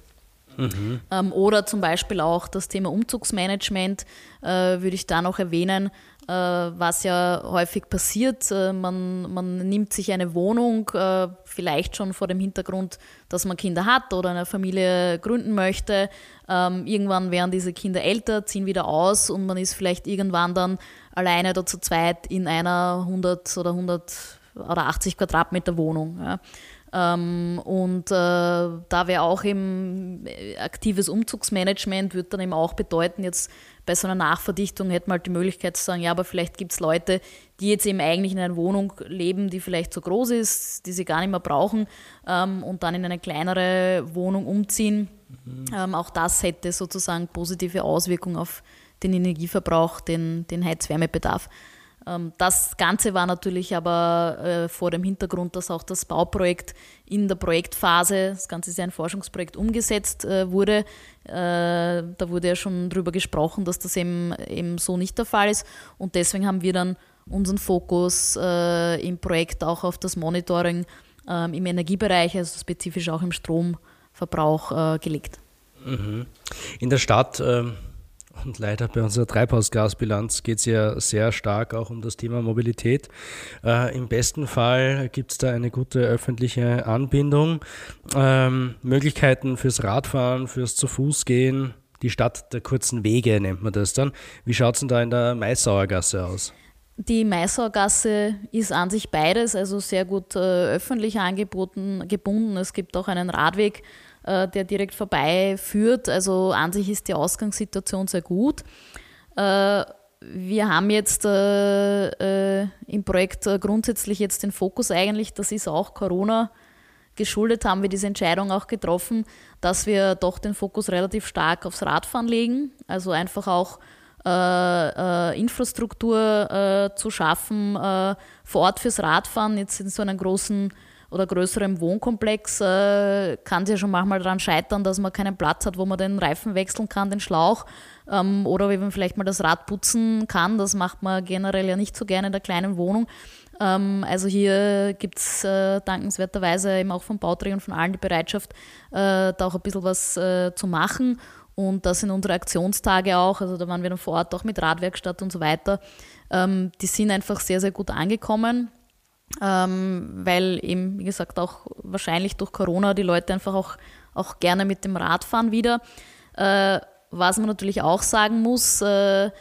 Oder zum Beispiel auch das Thema Umzugsmanagement würde ich da noch erwähnen. was ja häufig passiert. Man nimmt sich eine Wohnung, vielleicht schon vor dem Hintergrund, dass man Kinder hat oder eine Familie gründen möchte. Irgendwann werden diese Kinder älter, ziehen wieder aus und man ist vielleicht irgendwann dann alleine oder zu zweit in einer 100 oder 80 Quadratmeter Wohnung. Ja. Da wäre auch eben aktives Umzugsmanagement, würde dann eben auch bedeuten, jetzt bei so einer Nachverdichtung hätte man halt die Möglichkeit zu sagen, ja, aber vielleicht gibt es Leute, die jetzt eben eigentlich in einer Wohnung leben, die vielleicht zu groß ist, die sie gar nicht mehr brauchen und dann in eine kleinere Wohnung umziehen. Auch das hätte sozusagen positive Auswirkungen auf den Energieverbrauch, den Heizwärmebedarf. Das Ganze war natürlich aber vor dem Hintergrund, dass auch das Bauprojekt in der Projektphase, das Ganze ist ja ein Forschungsprojekt, umgesetzt wurde. Da wurde ja schon drüber gesprochen, dass das eben so nicht der Fall ist. Und deswegen haben wir dann unseren Fokus im Projekt auch auf das Monitoring im Energiebereich, also spezifisch auch im Stromverbrauch gelegt. In der Stadt und leider bei unserer Treibhausgasbilanz geht es ja sehr stark auch um das Thema Mobilität. Im besten Fall gibt es da eine gute öffentliche Anbindung, Möglichkeiten fürs Radfahren, fürs Zu-Fuß-Gehen, die Stadt der kurzen Wege nennt man das dann. Wie schaut es denn da in der Maissauergasse aus? Die Maissauergasse ist an sich beides, also sehr gut öffentlich gebunden. Es gibt auch einen Radweg, der direkt vorbeiführt. Also an sich ist die Ausgangssituation sehr gut. Wir haben jetzt im Projekt grundsätzlich jetzt den Fokus eigentlich, das ist auch Corona geschuldet, haben wir diese Entscheidung auch getroffen, dass wir doch den Fokus relativ stark aufs Radfahren legen. Also einfach auch Infrastruktur zu schaffen vor Ort fürs Radfahren. Jetzt in so einem großen oder größerem Wohnkomplex kann es ja schon manchmal daran scheitern, dass man keinen Platz hat, wo man den Reifen wechseln kann, den Schlauch, oder wenn man vielleicht mal das Rad putzen kann. Das macht man generell ja nicht so gerne in der kleinen Wohnung. Also hier gibt es dankenswerterweise eben auch vom Bauträger und von allen die Bereitschaft, da auch ein bisschen was zu machen. Und das sind unsere Aktionstage auch, also da waren wir dann vor Ort auch mit Radwerkstatt und so weiter. Die sind einfach sehr, sehr gut angekommen. Weil eben, wie gesagt, auch wahrscheinlich durch Corona die Leute einfach auch gerne mit dem Rad fahren wieder. Was man natürlich auch sagen muss, man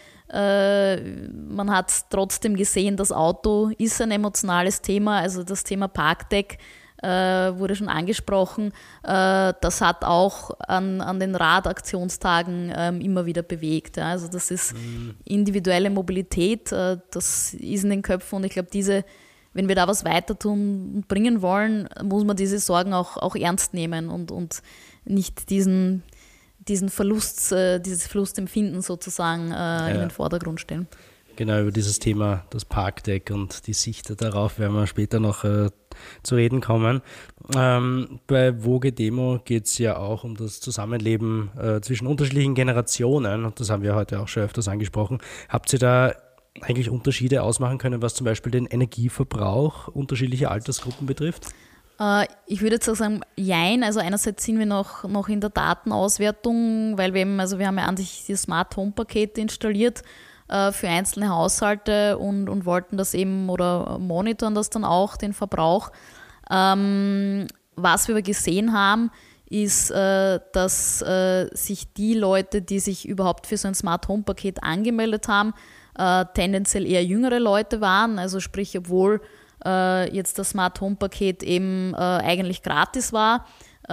hat trotzdem gesehen, das Auto ist ein emotionales Thema, also das Thema Parkdeck wurde schon angesprochen. Das hat auch an den Radaktionstagen immer wieder bewegt. Ja. Also das ist individuelle Mobilität, das ist in den Köpfen und ich glaube, wenn wir da was weiter tun und bringen wollen, muss man diese Sorgen auch ernst nehmen und nicht diesen Verlust, dieses Verlustempfinden sozusagen in den Vordergrund stellen. Genau, über dieses Thema, das Parkdeck und die Sicht darauf werden wir später noch zu reden kommen. Bei Woge Demo geht es ja auch um das Zusammenleben zwischen unterschiedlichen Generationen und das haben wir heute auch schon öfters angesprochen. Habt ihr da eigentlich Unterschiede ausmachen können, was zum Beispiel den Energieverbrauch unterschiedlicher Altersgruppen betrifft? Ich würde jetzt sagen, jein. Also einerseits sind wir noch in der Datenauswertung, weil wir haben ja an sich die Smart Home Pakete installiert für einzelne Haushalte und wollten das eben oder monitoren das dann auch, den Verbrauch. Was wir aber gesehen haben, ist, dass sich die Leute, die sich überhaupt für so ein Smart Home Paket angemeldet haben, tendenziell eher jüngere Leute waren, also sprich, obwohl jetzt das Smart Home Paket eben eigentlich gratis war,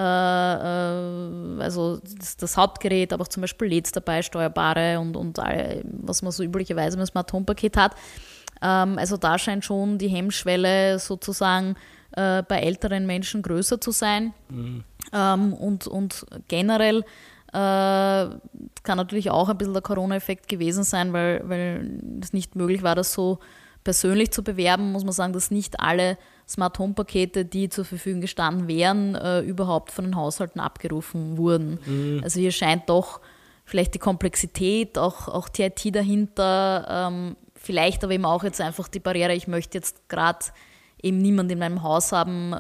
also das Hauptgerät, aber auch zum Beispiel LEDs dabei, steuerbare und was man so üblicherweise mit dem Smart Home Paket hat. Also da scheint schon die Hemmschwelle sozusagen bei älteren Menschen größer zu sein. Und generell kann natürlich auch ein bisschen der Corona-Effekt gewesen sein, weil es nicht möglich war, das so persönlich zu bewerben, muss man sagen, dass nicht alle Smart Home Pakete, die zur Verfügung gestanden wären, überhaupt von den Haushalten abgerufen wurden. Also hier scheint doch vielleicht die Komplexität, auch die IT dahinter, vielleicht aber eben auch jetzt einfach die Barriere, ich möchte jetzt gerade eben niemand in meinem Haus haben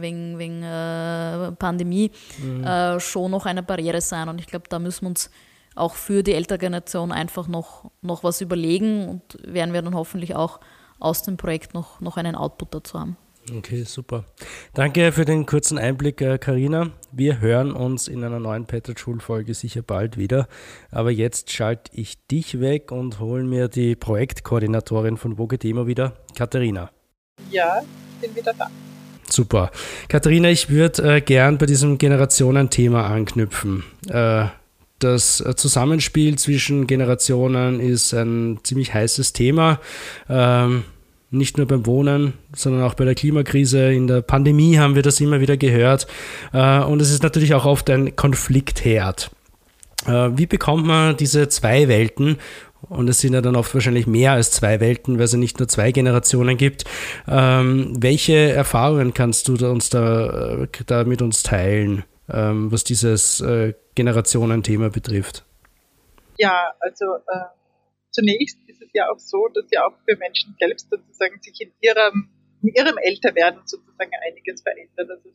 wegen Pandemie, schon noch eine Barriere sein. Und ich glaube, da müssen wir uns auch für die ältere Generation einfach noch was überlegen und werden wir dann hoffentlich auch aus dem Projekt noch einen Output dazu haben. Okay, super. Danke für den kurzen Einblick, Carina. Wir hören uns in einer neuen Petra-Joule-Folge sicher bald wieder. Aber jetzt schalte ich dich weg und hole mir die Projektkoordinatorin von Wogedemo wieder, Katharina. Ja, bin wieder da. Super. Katharina, ich würde gern bei diesem Generationenthema anknüpfen. Das Zusammenspiel zwischen Generationen ist ein ziemlich heißes Thema. Nicht nur beim Wohnen, sondern auch bei der Klimakrise. In der Pandemie haben wir das immer wieder gehört. Und es ist natürlich auch oft ein Konfliktherd. Wie bekommt man diese zwei Welten? Und es sind ja dann oft wahrscheinlich mehr als zwei Welten, weil es ja nicht nur zwei Generationen gibt. Welche Erfahrungen kannst du uns da mit uns teilen, was dieses Generationenthema betrifft? Ja, also zunächst ist es ja auch so, dass ja auch für Menschen selbst sozusagen sich in ihrem Älterwerden sozusagen einiges verändert. Also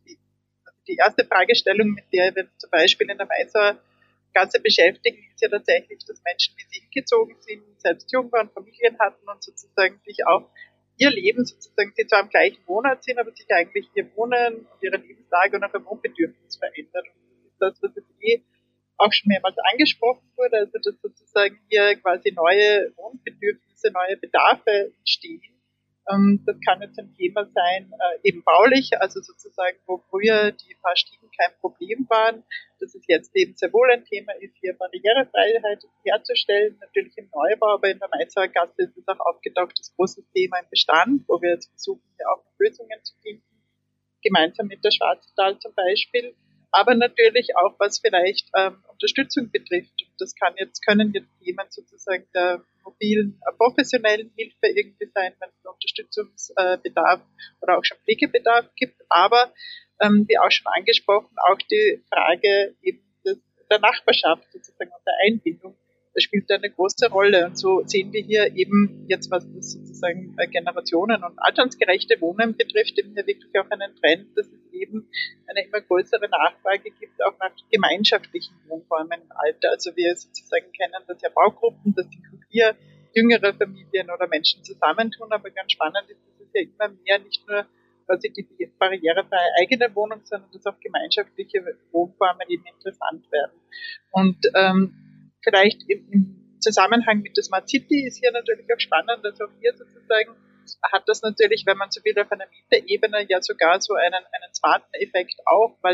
die erste Fragestellung, mit der wir zum Beispiel in der Maisauer Gasse beschäftigen, ist ja tatsächlich, dass Menschen, wie sie hingezogen sind, selbst jung waren, Familien hatten und sozusagen sich auch ihr Leben sozusagen, sie zwar im gleichen Wohnort sind, aber sich eigentlich ihr Wohnen und ihre Lebenslage und auch ihr Wohnbedürfnis verändert. Und das ist das, was jetzt auch schon mehrmals angesprochen wurde, also dass sozusagen hier quasi neue Wohnbedürfnisse, neue Bedarfe entstehen. Das kann jetzt ein Thema sein, eben baulich, also sozusagen, wo früher die paar Stiegen kein Problem waren, dass es jetzt eben sehr wohl ein Thema ist, hier Barrierefreiheit herzustellen, natürlich im Neubau, aber in der Maisauer Gasse ist es auch aufgetaucht, das große Thema im Bestand, wo wir jetzt versuchen, hier auch Lösungen zu finden, gemeinsam mit der Schwarztal zum Beispiel. Aber natürlich auch, was vielleicht Unterstützung betrifft. Und das können jetzt Themen sozusagen der mobilen, professionellen Hilfe irgendwie sein, wenn es Unterstützungsbedarf oder auch schon Pflegebedarf gibt. Aber, wie auch schon angesprochen, auch die Frage eben der Nachbarschaft sozusagen und der Einbindung. Das spielt eine große Rolle. Und so sehen wir hier eben jetzt, was das sozusagen Generationen- und altersgerechte Wohnen betrifft, eben hier wirklich auch einen Trend, dass es eben eine immer größere Nachfrage gibt, auch nach gemeinschaftlichen Wohnformen im Alter. Also wir sozusagen kennen das ja Baugruppen, das sind hier jüngere Familien oder Menschen zusammentun, aber ganz spannend ist, dass es ja immer mehr nicht nur quasi die barrierefreie eigene Wohnung, sondern dass auch gemeinschaftliche Wohnformen eben interessant werden. Und vielleicht im Zusammenhang mit der Smart City ist hier natürlich auch spannend, dass auch hier sozusagen hat das natürlich, wenn man so will, auf einer Mieterebene ja sogar so einen smarten Effekt auch, weil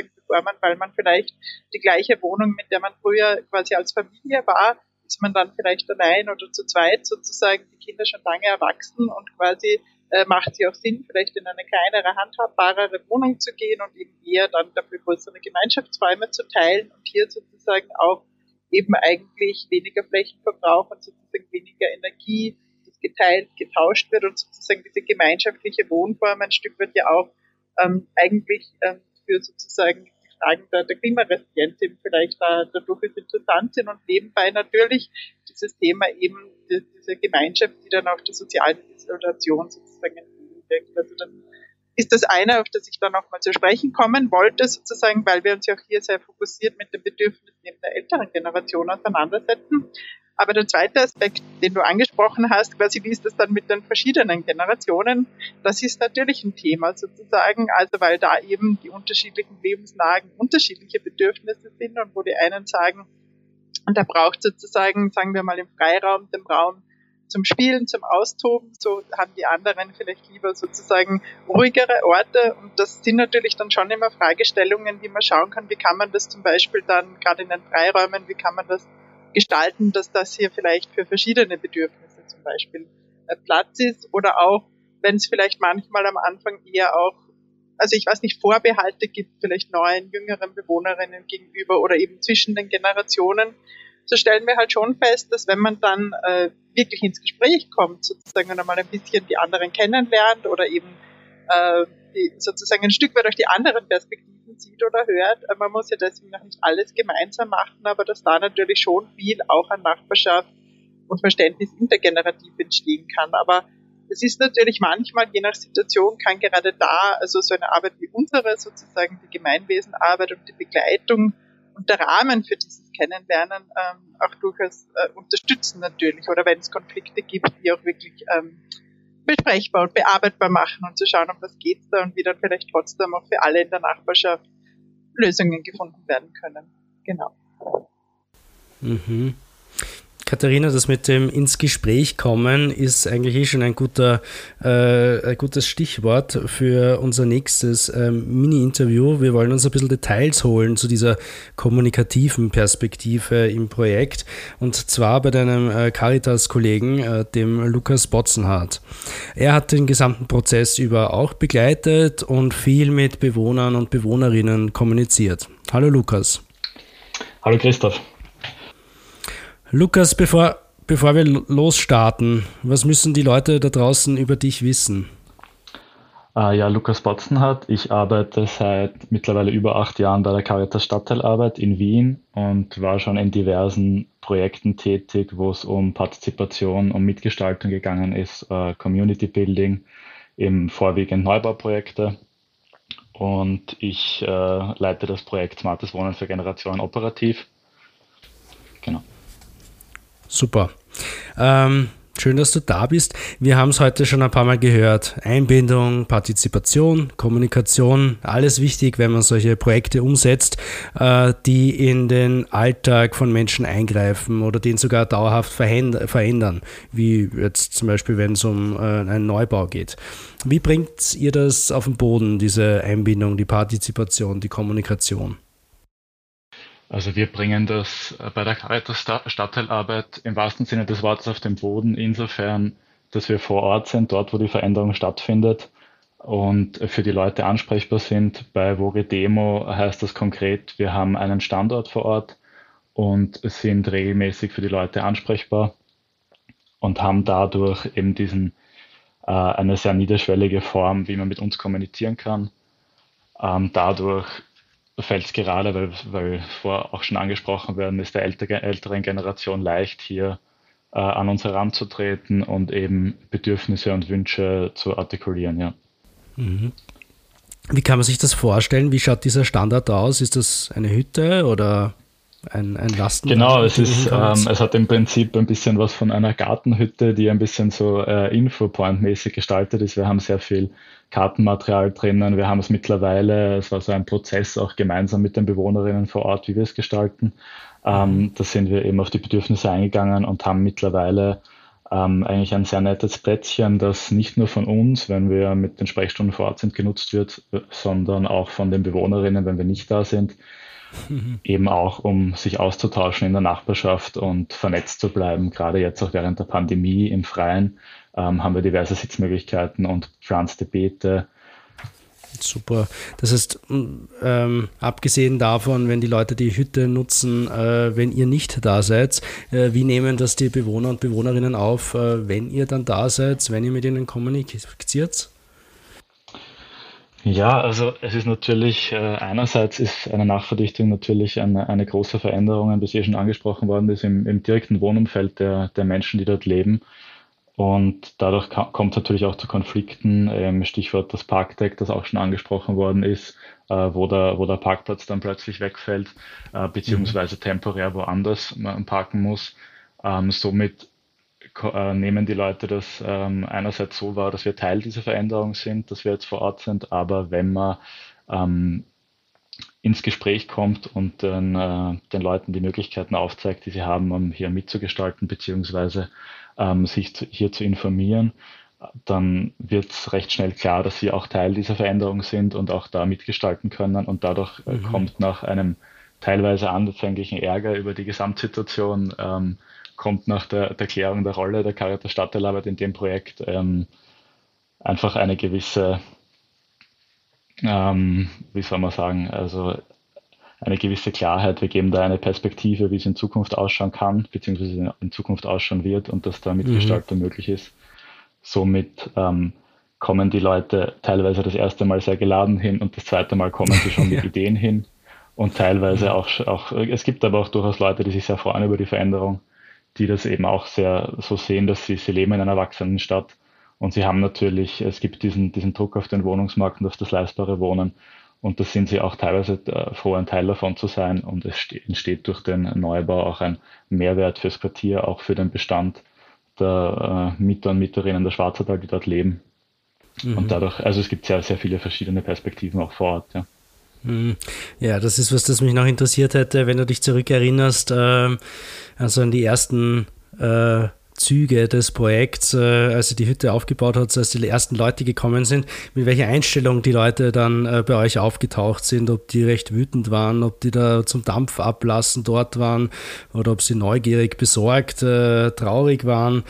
man vielleicht die gleiche Wohnung, mit der man früher quasi als Familie war, ist man dann vielleicht allein oder zu zweit sozusagen, die Kinder schon lange erwachsen und quasi macht es auch Sinn, vielleicht in eine kleinere, handhabbarere Wohnung zu gehen und eben eher dann dafür größere Gemeinschaftsräume zu teilen und hier sozusagen auch eben eigentlich weniger Flächenverbrauch und sozusagen weniger Energie, das geteilt, getauscht wird und sozusagen diese gemeinschaftliche Wohnform ein Stück wird ja auch eigentlich für sozusagen die Fragen der Klimaresilienz eben vielleicht dadurch interessant sind und nebenbei natürlich dieses Thema eben diese Gemeinschaft, die dann auch der sozialen Isolation sozusagen entgegenwirkt. Also dann ist das eine, auf das ich dann nochmal zu sprechen kommen wollte, sozusagen, weil wir uns ja auch hier sehr fokussiert mit den Bedürfnissen eben der älteren Generation auseinandersetzen. Aber der zweite Aspekt, den du angesprochen hast, quasi wie ist das dann mit den verschiedenen Generationen, das ist natürlich ein Thema sozusagen, also weil da eben die unterschiedlichen Lebenslagen unterschiedliche Bedürfnisse sind und wo die einen sagen, und da braucht sozusagen, sagen wir mal im Freiraum, den Raum zum Spielen, zum Austoben, so haben die anderen vielleicht lieber sozusagen ruhigere Orte und das sind natürlich dann schon immer Fragestellungen, wie man schauen kann, wie kann man das zum Beispiel dann gerade in den Freiräumen, wie kann man das gestalten, dass das hier vielleicht für verschiedene Bedürfnisse zum Beispiel Platz ist oder auch, wenn es vielleicht manchmal am Anfang eher auch, also ich weiß nicht, Vorbehalte gibt, vielleicht neuen, jüngeren Bewohnerinnen gegenüber oder eben zwischen den Generationen, so stellen wir halt schon fest, dass wenn man dann wirklich ins Gespräch kommt, sozusagen und einmal ein bisschen die anderen kennenlernt oder eben sozusagen ein Stück weit auch die anderen Perspektiven sieht oder hört, man muss ja deswegen noch nicht alles gemeinsam machen, aber dass da natürlich schon viel auch an Nachbarschaft und Verständnis intergenerativ entstehen kann. Aber es ist natürlich manchmal, je nach Situation, kann gerade da, also so eine Arbeit wie unsere, sozusagen die Gemeinwesenarbeit und die Begleitung und der Rahmen für dieses kennenlernen, auch durchaus unterstützen natürlich oder wenn es Konflikte gibt, die auch wirklich besprechbar und bearbeitbar machen und zu schauen, um was geht's da und wie dann vielleicht trotzdem auch für alle in der Nachbarschaft Lösungen gefunden werden können. Genau. Mhm. Katharina, das mit dem ins Gespräch kommen ist eigentlich schon ein gutes Stichwort für unser nächstes Mini-Interview. Wir wollen uns ein bisschen Details holen zu dieser kommunikativen Perspektive im Projekt und zwar bei deinem Caritas-Kollegen, dem Lukas Botzenhardt. Er hat den gesamten Prozess über auch begleitet und viel mit Bewohnern und Bewohnerinnen kommuniziert. Hallo Lukas. Hallo Christoph. Lukas, bevor wir losstarten, was müssen die Leute da draußen über dich wissen? Lukas Botzenhardt. Ich arbeite seit mittlerweile über 8 Jahren bei der Caritas Stadtteilarbeit in Wien und war schon in diversen Projekten tätig, wo es um Partizipation, um Mitgestaltung gegangen ist, Community Building, eben vorwiegend Neubauprojekte. Und ich leite das Projekt Smartes Wohnen für Generationen operativ. Genau. Super. Schön, dass du da bist. Wir haben es heute schon ein paar Mal gehört. Einbindung, Partizipation, Kommunikation, alles wichtig, wenn man solche Projekte umsetzt, die in den Alltag von Menschen eingreifen oder den sogar dauerhaft verändern, wie jetzt zum Beispiel, wenn es um einen Neubau geht. Wie bringt ihr das auf den Boden, diese Einbindung, die Partizipation, die Kommunikation? Also wir bringen das bei der Caritas Stadtteilarbeit im wahrsten Sinne des Wortes auf den Boden, insofern, dass wir vor Ort sind, dort wo die Veränderung stattfindet und für die Leute ansprechbar sind. Bei Woge Demo heißt das konkret, wir haben einen Standort vor Ort und sind regelmäßig für die Leute ansprechbar und haben dadurch eben eine sehr niederschwellige Form, wie man mit uns kommunizieren kann. Dadurch fällt es gerade, weil vorher auch schon angesprochen werden, ist der älteren Generation leicht, hier an uns heranzutreten und eben Bedürfnisse und Wünsche zu artikulieren. Ja. Mhm. Wie kann man sich das vorstellen? Wie schaut dieser Standard aus? Ist das eine Hütte oder ein Lasten? Genau, es hat im Prinzip ein bisschen was von einer Gartenhütte, die ein bisschen so Infopoint-mäßig gestaltet ist. Wir haben sehr viel Kartenmaterial drinnen. Wir haben es mittlerweile, es war so ein Prozess auch gemeinsam mit den Bewohnerinnen vor Ort, wie wir es gestalten. Da sind wir eben auf die Bedürfnisse eingegangen und haben mittlerweile eigentlich ein sehr nettes Plätzchen, das nicht nur von uns, wenn wir mit den Sprechstunden vor Ort sind, genutzt wird, sondern auch von den Bewohnerinnen, wenn wir nicht da sind. Eben auch, um sich auszutauschen in der Nachbarschaft und vernetzt zu bleiben. Gerade jetzt auch während der Pandemie im Freien haben wir diverse Sitzmöglichkeiten und pflanzte Beete. Super. Das heißt, abgesehen davon, wenn die Leute die Hütte nutzen, wenn ihr nicht da seid, wie nehmen das die Bewohner und Bewohnerinnen auf, wenn ihr dann da seid, wenn ihr mit ihnen kommuniziert? Ja, also es ist natürlich, einerseits ist eine Nachverdichtung natürlich eine große Veränderung, wie schon angesprochen worden ist, im direkten Wohnumfeld der Menschen, die dort leben. Und dadurch kommt es natürlich auch zu Konflikten, Stichwort das Parkdeck, das auch schon angesprochen worden ist, wo der Parkplatz dann plötzlich wegfällt, beziehungsweise temporär woanders man parken muss. Somit nehmen die Leute das einerseits so wahr, dass wir Teil dieser Veränderung sind, dass wir jetzt vor Ort sind, aber wenn man ins Gespräch kommt und den Leuten die Möglichkeiten aufzeigt, die sie haben, um hier mitzugestalten, beziehungsweise sich hier zu informieren, dann wird es recht schnell klar, dass sie auch Teil dieser Veränderung sind und auch da mitgestalten können und dadurch kommt nach einem teilweise anfänglichen Ärger über die Gesamtsituation, kommt nach der Klärung der Rolle der Caritas Stadtteilarbeit in dem Projekt einfach eine gewisse, wie soll man sagen, also eine gewisse Klarheit. Wir geben da eine Perspektive, wie es in Zukunft ausschauen kann, beziehungsweise in Zukunft ausschauen wird und dass da Mitgestaltung möglich ist. Somit kommen die Leute teilweise das erste Mal sehr geladen hin und das zweite Mal kommen sie schon mit Ideen hin und teilweise auch, es gibt aber auch durchaus Leute, die sich sehr freuen über die Veränderung, die das eben auch sehr so sehen, dass sie leben in einer wachsenden Stadt und sie haben natürlich, es gibt diesen Druck auf den Wohnungsmarkt und auf das leistbare Wohnen Und das sind sie auch teilweise froh, ein Teil davon zu sein. Und es entsteht durch den Neubau auch ein Mehrwert fürs Quartier, auch für den Bestand der Mieter und Mieterinnen der Schwarzertal, die dort leben. Und dadurch, also es gibt sehr, sehr viele verschiedene Perspektiven auch vor Ort. Ja. Ja, das ist was, das mich noch interessiert hätte, wenn du dich zurückerinnerst, also an die ersten Züge des Projekts, als ihr die Hütte aufgebaut habt, als die ersten Leute gekommen sind, mit welcher Einstellung die Leute dann bei euch aufgetaucht sind, ob die recht wütend waren, ob die da zum Dampf ablassen dort waren oder ob sie neugierig, besorgt, traurig waren.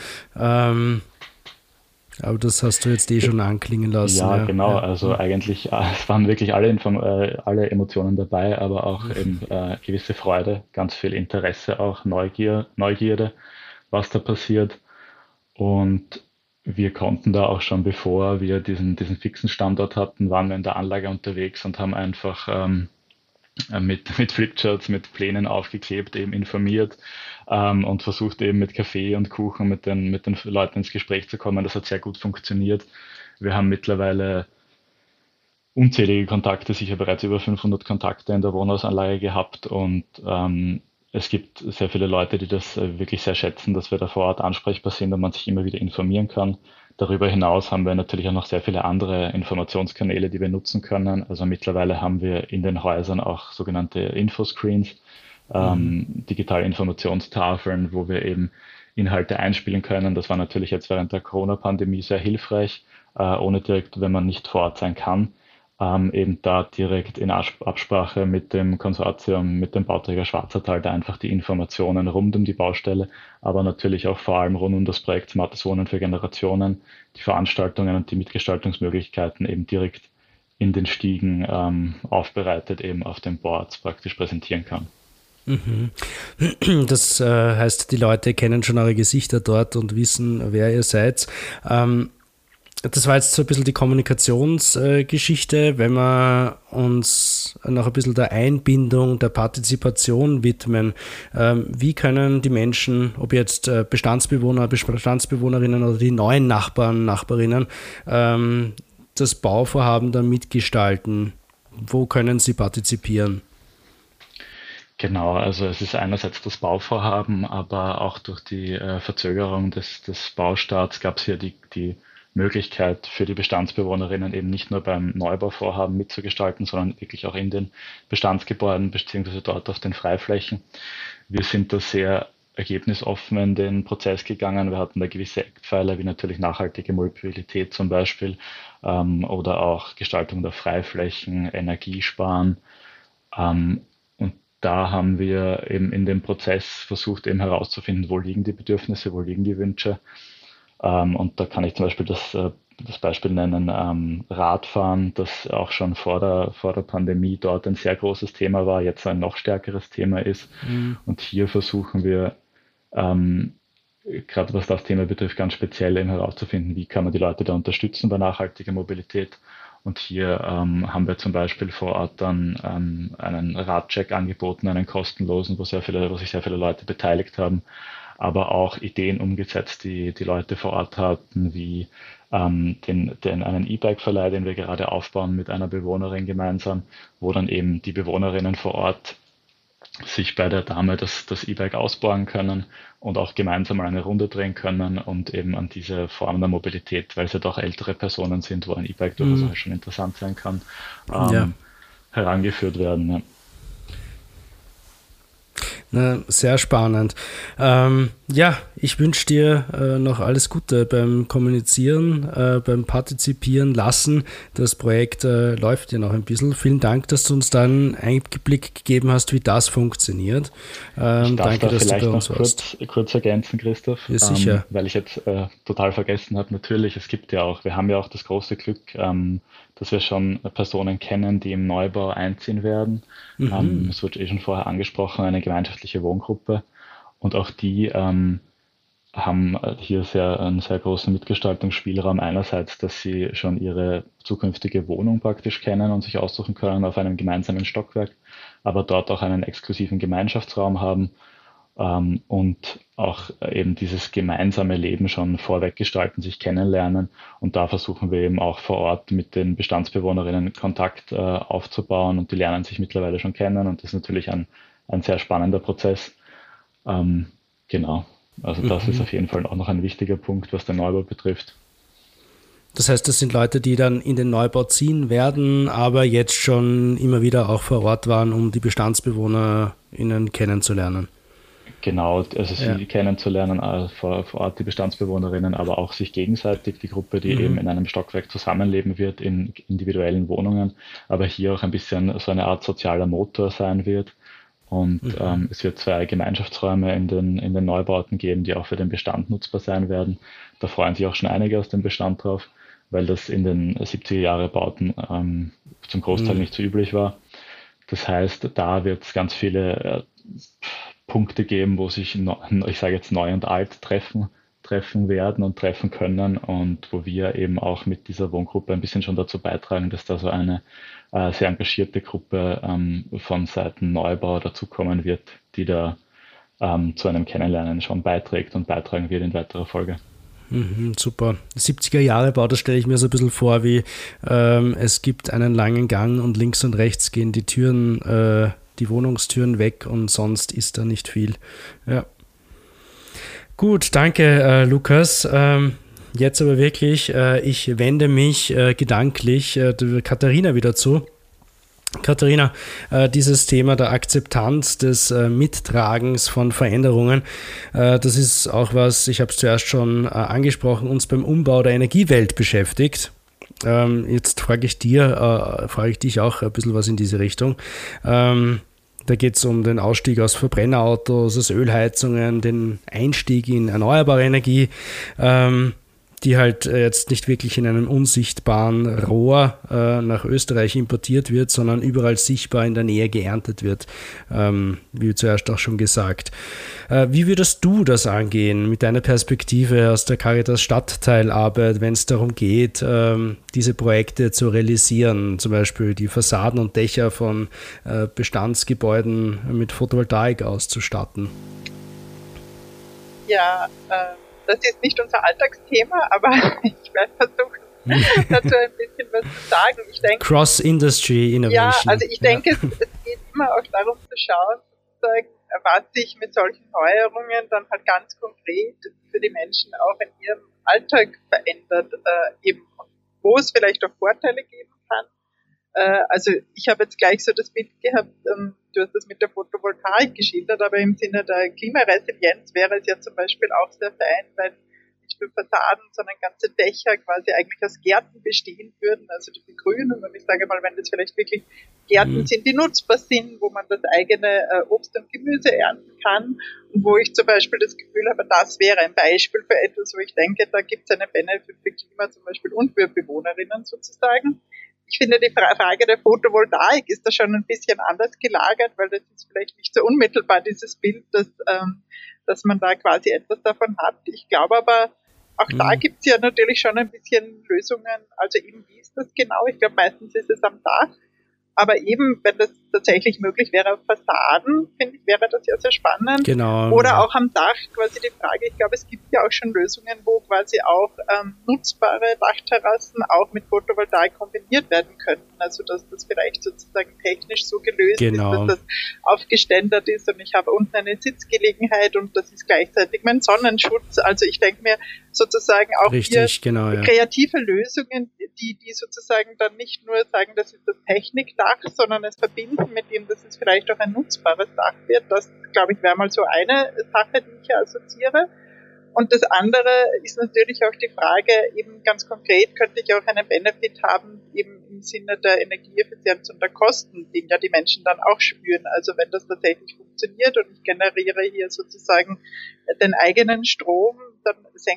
Aber das hast du jetzt schon anklingen lassen. Ja, genau. Also eigentlich, es waren wirklich alle Emotionen dabei, aber auch eben gewisse Freude, ganz viel Interesse, auch Neugierde, was da passiert. Und wir konnten da auch schon, bevor wir diesen fixen Standort hatten, waren wir in der Anlage unterwegs und haben einfach mit Flipcharts, mit Plänen aufgeklebt, eben informiert und versucht eben mit Kaffee und Kuchen mit den Leuten ins Gespräch zu kommen. Das hat sehr gut funktioniert. Wir haben mittlerweile unzählige Kontakte, sicher bereits über 500 Kontakte in der Wohnhausanlage gehabt und es gibt sehr viele Leute, die das wirklich sehr schätzen, dass wir da vor Ort ansprechbar sind und man sich immer wieder informieren kann. Darüber hinaus haben wir natürlich auch noch sehr viele andere Informationskanäle, die wir nutzen können. Also mittlerweile haben wir in den Häusern auch sogenannte Infoscreens, digitale Informationstafeln, wo wir eben Inhalte einspielen können. Das war natürlich jetzt während der Corona-Pandemie sehr hilfreich, ohne direkt, wenn man nicht vor Ort sein kann, eben da direkt in Absprache mit dem Konsortium, mit dem Bauträger Schwarzertal, da einfach die Informationen rund um die Baustelle, aber natürlich auch vor allem rund um das Projekt Smartes Wohnen für Generationen, die Veranstaltungen und die Mitgestaltungsmöglichkeiten eben direkt in den Stiegen aufbereitet, eben auf den Boards praktisch präsentieren kann. Das heißt, die Leute kennen schon eure Gesichter dort und wissen, wer ihr seid. Das war jetzt so ein bisschen die Kommunikationsgeschichte. Wenn wir uns noch ein bisschen der Einbindung, der Partizipation widmen, wie können die Menschen, ob jetzt Bestandsbewohner, Bestandsbewohnerinnen oder die neuen Nachbarn, Nachbarinnen, das Bauvorhaben dann mitgestalten? Wo können sie partizipieren? Genau, also es ist einerseits das Bauvorhaben, aber auch durch die Verzögerung des Baustarts gab es hier die Möglichkeit für die Bestandsbewohnerinnen eben nicht nur beim Neubauvorhaben mitzugestalten, sondern wirklich auch in den Bestandsgebäuden beziehungsweise dort auf den Freiflächen. Wir sind da sehr ergebnisoffen in den Prozess gegangen. Wir hatten da gewisse Eckpfeiler, wie natürlich nachhaltige Mobilität zum Beispiel, oder auch Gestaltung der Freiflächen, Energiesparen. Und da haben wir eben in dem Prozess versucht, eben herauszufinden, wo liegen die Bedürfnisse, wo liegen die Wünsche. Und da kann ich zum Beispiel das Beispiel nennen, Radfahren, das auch schon vor der Pandemie dort ein sehr großes Thema war, jetzt ein noch stärkeres Thema ist. Und hier versuchen wir, gerade was das Thema betrifft, ganz speziell eben herauszufinden, wie kann man die Leute da unterstützen bei nachhaltiger Mobilität. Und hier haben wir zum Beispiel vor Ort dann einen Radcheck angeboten, einen kostenlosen, wo sich sehr viele Leute beteiligt haben, aber auch Ideen umgesetzt, die Leute vor Ort hatten, wie einen E-Bike-Verleih, den wir gerade aufbauen mit einer Bewohnerin gemeinsam, wo dann eben die Bewohnerinnen vor Ort sich bei der Dame das E-Bike ausborgen können und auch gemeinsam mal eine Runde drehen können und eben an diese Form der Mobilität, weil es ja doch ältere Personen sind, wo ein E-Bike durchaus auch schon interessant sein kann, herangeführt werden. Ja. Na, sehr spannend. Ja, ich wünsche dir noch alles Gute beim Kommunizieren, beim Partizipieren lassen. Das Projekt läuft ja noch ein bisschen. Vielen Dank, dass du uns da einen Einblick gegeben hast, wie das funktioniert. Ich darf danke, da dass vielleicht du bei noch uns warst. kurz ergänzen, Christoph, Ja, sicher. weil ich jetzt total vergessen habe, natürlich, wir haben ja auch das große Glück, dass wir schon Personen kennen, die im Neubau einziehen werden. Es wurde schon vorher angesprochen, eine gemeinschaftliche Wohngruppe. Und auch die haben hier einen sehr großen Mitgestaltungsspielraum. Einerseits, dass sie schon ihre zukünftige Wohnung praktisch kennen und sich aussuchen können auf einem gemeinsamen Stockwerk, aber dort auch einen exklusiven Gemeinschaftsraum haben und auch eben dieses gemeinsame Leben schon vorweg gestalten, sich kennenlernen. Und da versuchen wir eben auch vor Ort mit den Bestandsbewohnerinnen Kontakt aufzubauen, und die lernen sich mittlerweile schon kennen, und das ist natürlich ein sehr spannender Prozess. Genau, also das ist auf jeden Fall auch noch ein wichtiger Punkt, was den Neubau betrifft. Das heißt, das sind Leute, die dann in den Neubau ziehen werden, aber jetzt schon immer wieder auch vor Ort waren, um die BestandsbewohnerInnen kennenzulernen. Genau, also sie kennenzulernen, vor Ort die Bestandsbewohnerinnen, aber auch sich gegenseitig, die Gruppe, die eben in einem Stockwerk zusammenleben wird, in individuellen Wohnungen, aber hier auch ein bisschen so eine Art sozialer Motor sein wird. Und es wird 2 Gemeinschaftsräume in den Neubauten geben, die auch für den Bestand nutzbar sein werden. Da freuen sich auch schon einige aus dem Bestand drauf, weil das in den 70er-Jahre-Bauten zum Großteil nicht so üblich war. Das heißt, da wird es ganz viele Punkte geben, wo sich, ich sage jetzt, neu und alt treffen werden und treffen können, und wo wir eben auch mit dieser Wohngruppe ein bisschen schon dazu beitragen, dass da so eine sehr engagierte Gruppe von Seiten Neubau dazukommen wird, die da zu einem Kennenlernen schon beiträgt und beitragen wird in weiterer Folge. Super. 70er-Jahre-Bau, das stelle ich mir so ein bisschen vor, wie es gibt einen langen Gang und links und rechts gehen die Türen, die Wohnungstüren weg, und sonst ist da nicht viel. Ja. Gut, danke Lukas. Jetzt aber wirklich, ich wende mich gedanklich der Katharina wieder zu. Katharina, dieses Thema der Akzeptanz des Mittragens von Veränderungen, das ist auch was, ich habe es zuerst schon angesprochen, uns beim Umbau der Energiewelt beschäftigt. Jetzt frage ich dich auch ein bisschen was in diese Richtung. Da geht es um den Ausstieg aus Verbrennerautos, aus Ölheizungen, den Einstieg in erneuerbare Energie, die halt jetzt nicht wirklich in einem unsichtbaren Rohr nach Österreich importiert wird, sondern überall sichtbar in der Nähe geerntet wird, wie zuerst auch schon gesagt. Wie würdest du das angehen mit deiner Perspektive aus der Caritas Stadtteilarbeit, wenn es darum geht, diese Projekte zu realisieren, zum Beispiel die Fassaden und Dächer von Bestandsgebäuden mit Photovoltaik auszustatten? Ja, das ist nicht unser Alltagsthema, aber ich werde versuchen, dazu ein bisschen was zu sagen. Ich denke, Cross-Industry Innovation. Ja, also ich denke, es geht immer auch darum zu schauen, sozusagen, was sich mit solchen Neuerungen dann halt ganz konkret für die Menschen auch in ihrem Alltag verändert, eben, wo es vielleicht auch Vorteile geben kann. Also ich habe jetzt gleich so das Bild gehabt, du hast das mit der Photovoltaik geschildert, aber im Sinne der Klimaresilienz wäre es ja zum Beispiel auch sehr fein, wenn nicht nur Fassaden, sondern ganze Dächer quasi eigentlich aus Gärten bestehen würden, also die Begrünung. Und ich sage mal, wenn das vielleicht wirklich Gärten sind, die nutzbar sind, wo man das eigene Obst und Gemüse ernten kann, und wo ich zum Beispiel das Gefühl habe, das wäre ein Beispiel für etwas, wo ich denke, da gibt es einen Benefit für Klima zum Beispiel und für Bewohnerinnen sozusagen. Ich finde, die Frage der Photovoltaik ist da schon ein bisschen anders gelagert, weil das ist vielleicht nicht so unmittelbar dieses Bild, dass man da quasi etwas davon hat. Ich glaube aber, auch da gibt es ja natürlich schon ein bisschen Lösungen. Also eben, wie ist das genau? Ich glaube, meistens ist es am Dach. Aber eben, wenn das tatsächlich möglich wäre auf Fassaden, finde ich, wäre das ja sehr spannend. Genau. Oder auch am Dach quasi die Frage, ich glaube, es gibt ja auch schon Lösungen, wo quasi auch nutzbare Dachterrassen auch mit Photovoltaik kombiniert werden könnten. Also dass das vielleicht sozusagen technisch so gelöst ist, dass das aufgeständert ist und ich habe unten eine Sitzgelegenheit und das ist gleichzeitig mein Sonnenschutz. Also ich denke mir sozusagen auch kreative Lösungen, die sozusagen dann nicht nur sagen, das ist das Technikdach, sondern es verbinden mit dem, dass es vielleicht auch ein nutzbares Dach wird. Das, glaube ich, wäre mal so eine Sache, die ich assoziiere. Und das andere ist natürlich auch die Frage, eben ganz konkret könnte ich auch einen Benefit haben, eben im Sinne der Energieeffizienz und der Kosten, den ja die Menschen dann auch spüren. Also wenn das tatsächlich funktioniert und ich generiere hier sozusagen den eigenen Strom, dann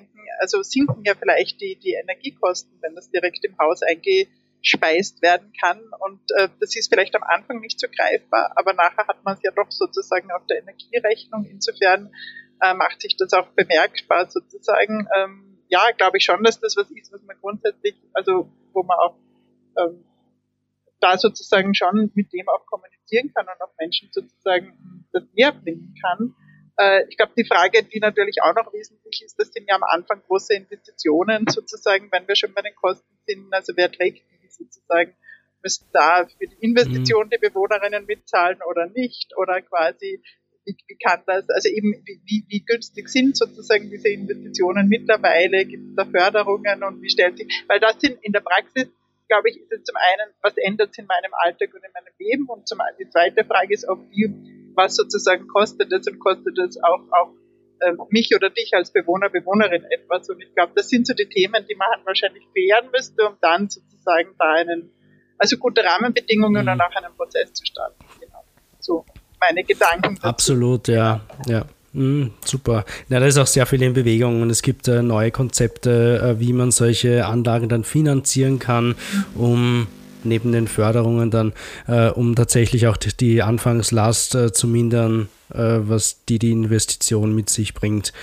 sinken ja vielleicht die Energiekosten, wenn das direkt im Haus eingespeist werden kann. Und das ist vielleicht am Anfang nicht so greifbar, aber nachher hat man es ja doch sozusagen auf der Energierechnung. Insofern macht sich das auch bemerkbar sozusagen. Ja, glaube ich schon, dass das was ist, was man grundsätzlich, also wo man auch da sozusagen schon mit dem auch kommunizieren kann und auch Menschen sozusagen das näher bringen kann. Ich glaube, die Frage, die natürlich auch noch wesentlich ist, das sind ja am Anfang große Investitionen sozusagen, wenn wir schon bei den Kosten sind. Also wer trägt die sozusagen? Müssen da für die Investition die Bewohnerinnen mitzahlen oder nicht? Oder quasi, wie kann das, also eben, wie günstig sind sozusagen diese Investitionen mittlerweile? Gibt es da Förderungen und wie stellt sich, weil das sind in der Praxis, glaube ich, ist es zum einen, was ändert es in meinem Alltag und in meinem Leben, und zum anderen die zweite Frage ist auch was sozusagen kostet es, und kostet es auch mich oder dich als Bewohner, Bewohnerin etwas. Und ich glaube, das sind so die Themen, die man wahrscheinlich klären müsste, um dann sozusagen da also gute Rahmenbedingungen und auch einen Prozess zu starten. Genau. So meine Gedanken dazu. Absolut, ja. Super. Ja, da ist auch sehr viel in Bewegung und es gibt neue Konzepte, wie man solche Anlagen dann finanzieren kann, um neben den Förderungen dann, um tatsächlich auch die Anfangslast zu mindern, was die Investition mit sich bringt,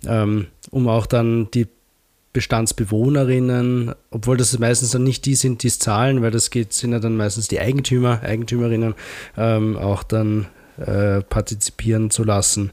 um auch dann die Bestandsbewohnerinnen, obwohl das meistens dann nicht die sind, die es zahlen, weil sind ja dann meistens die Eigentümerinnen, auch dann partizipieren zu lassen.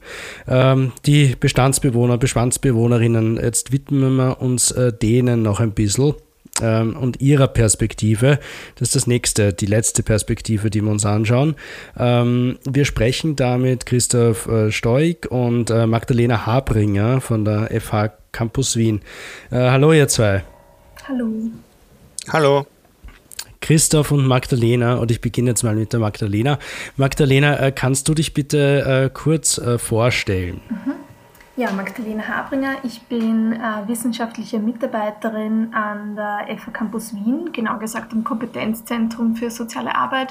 Die Bestandsbewohnerinnen, jetzt widmen wir uns denen noch ein bisschen und ihrer Perspektive. Das ist das nächste, die letzte Perspektive, die wir uns anschauen. Wir sprechen da mit Christoph Stoig und Magdalena Habringer von der FH Campus Wien. Hallo ihr zwei. Hallo. Hallo. Christoph und Magdalena, und ich beginne jetzt mal mit der Magdalena. Magdalena, kannst du dich bitte kurz vorstellen? Ja, Magdalena Habringer. Ich bin wissenschaftliche Mitarbeiterin an der FH Campus Wien, genau gesagt am Kompetenzzentrum für soziale Arbeit.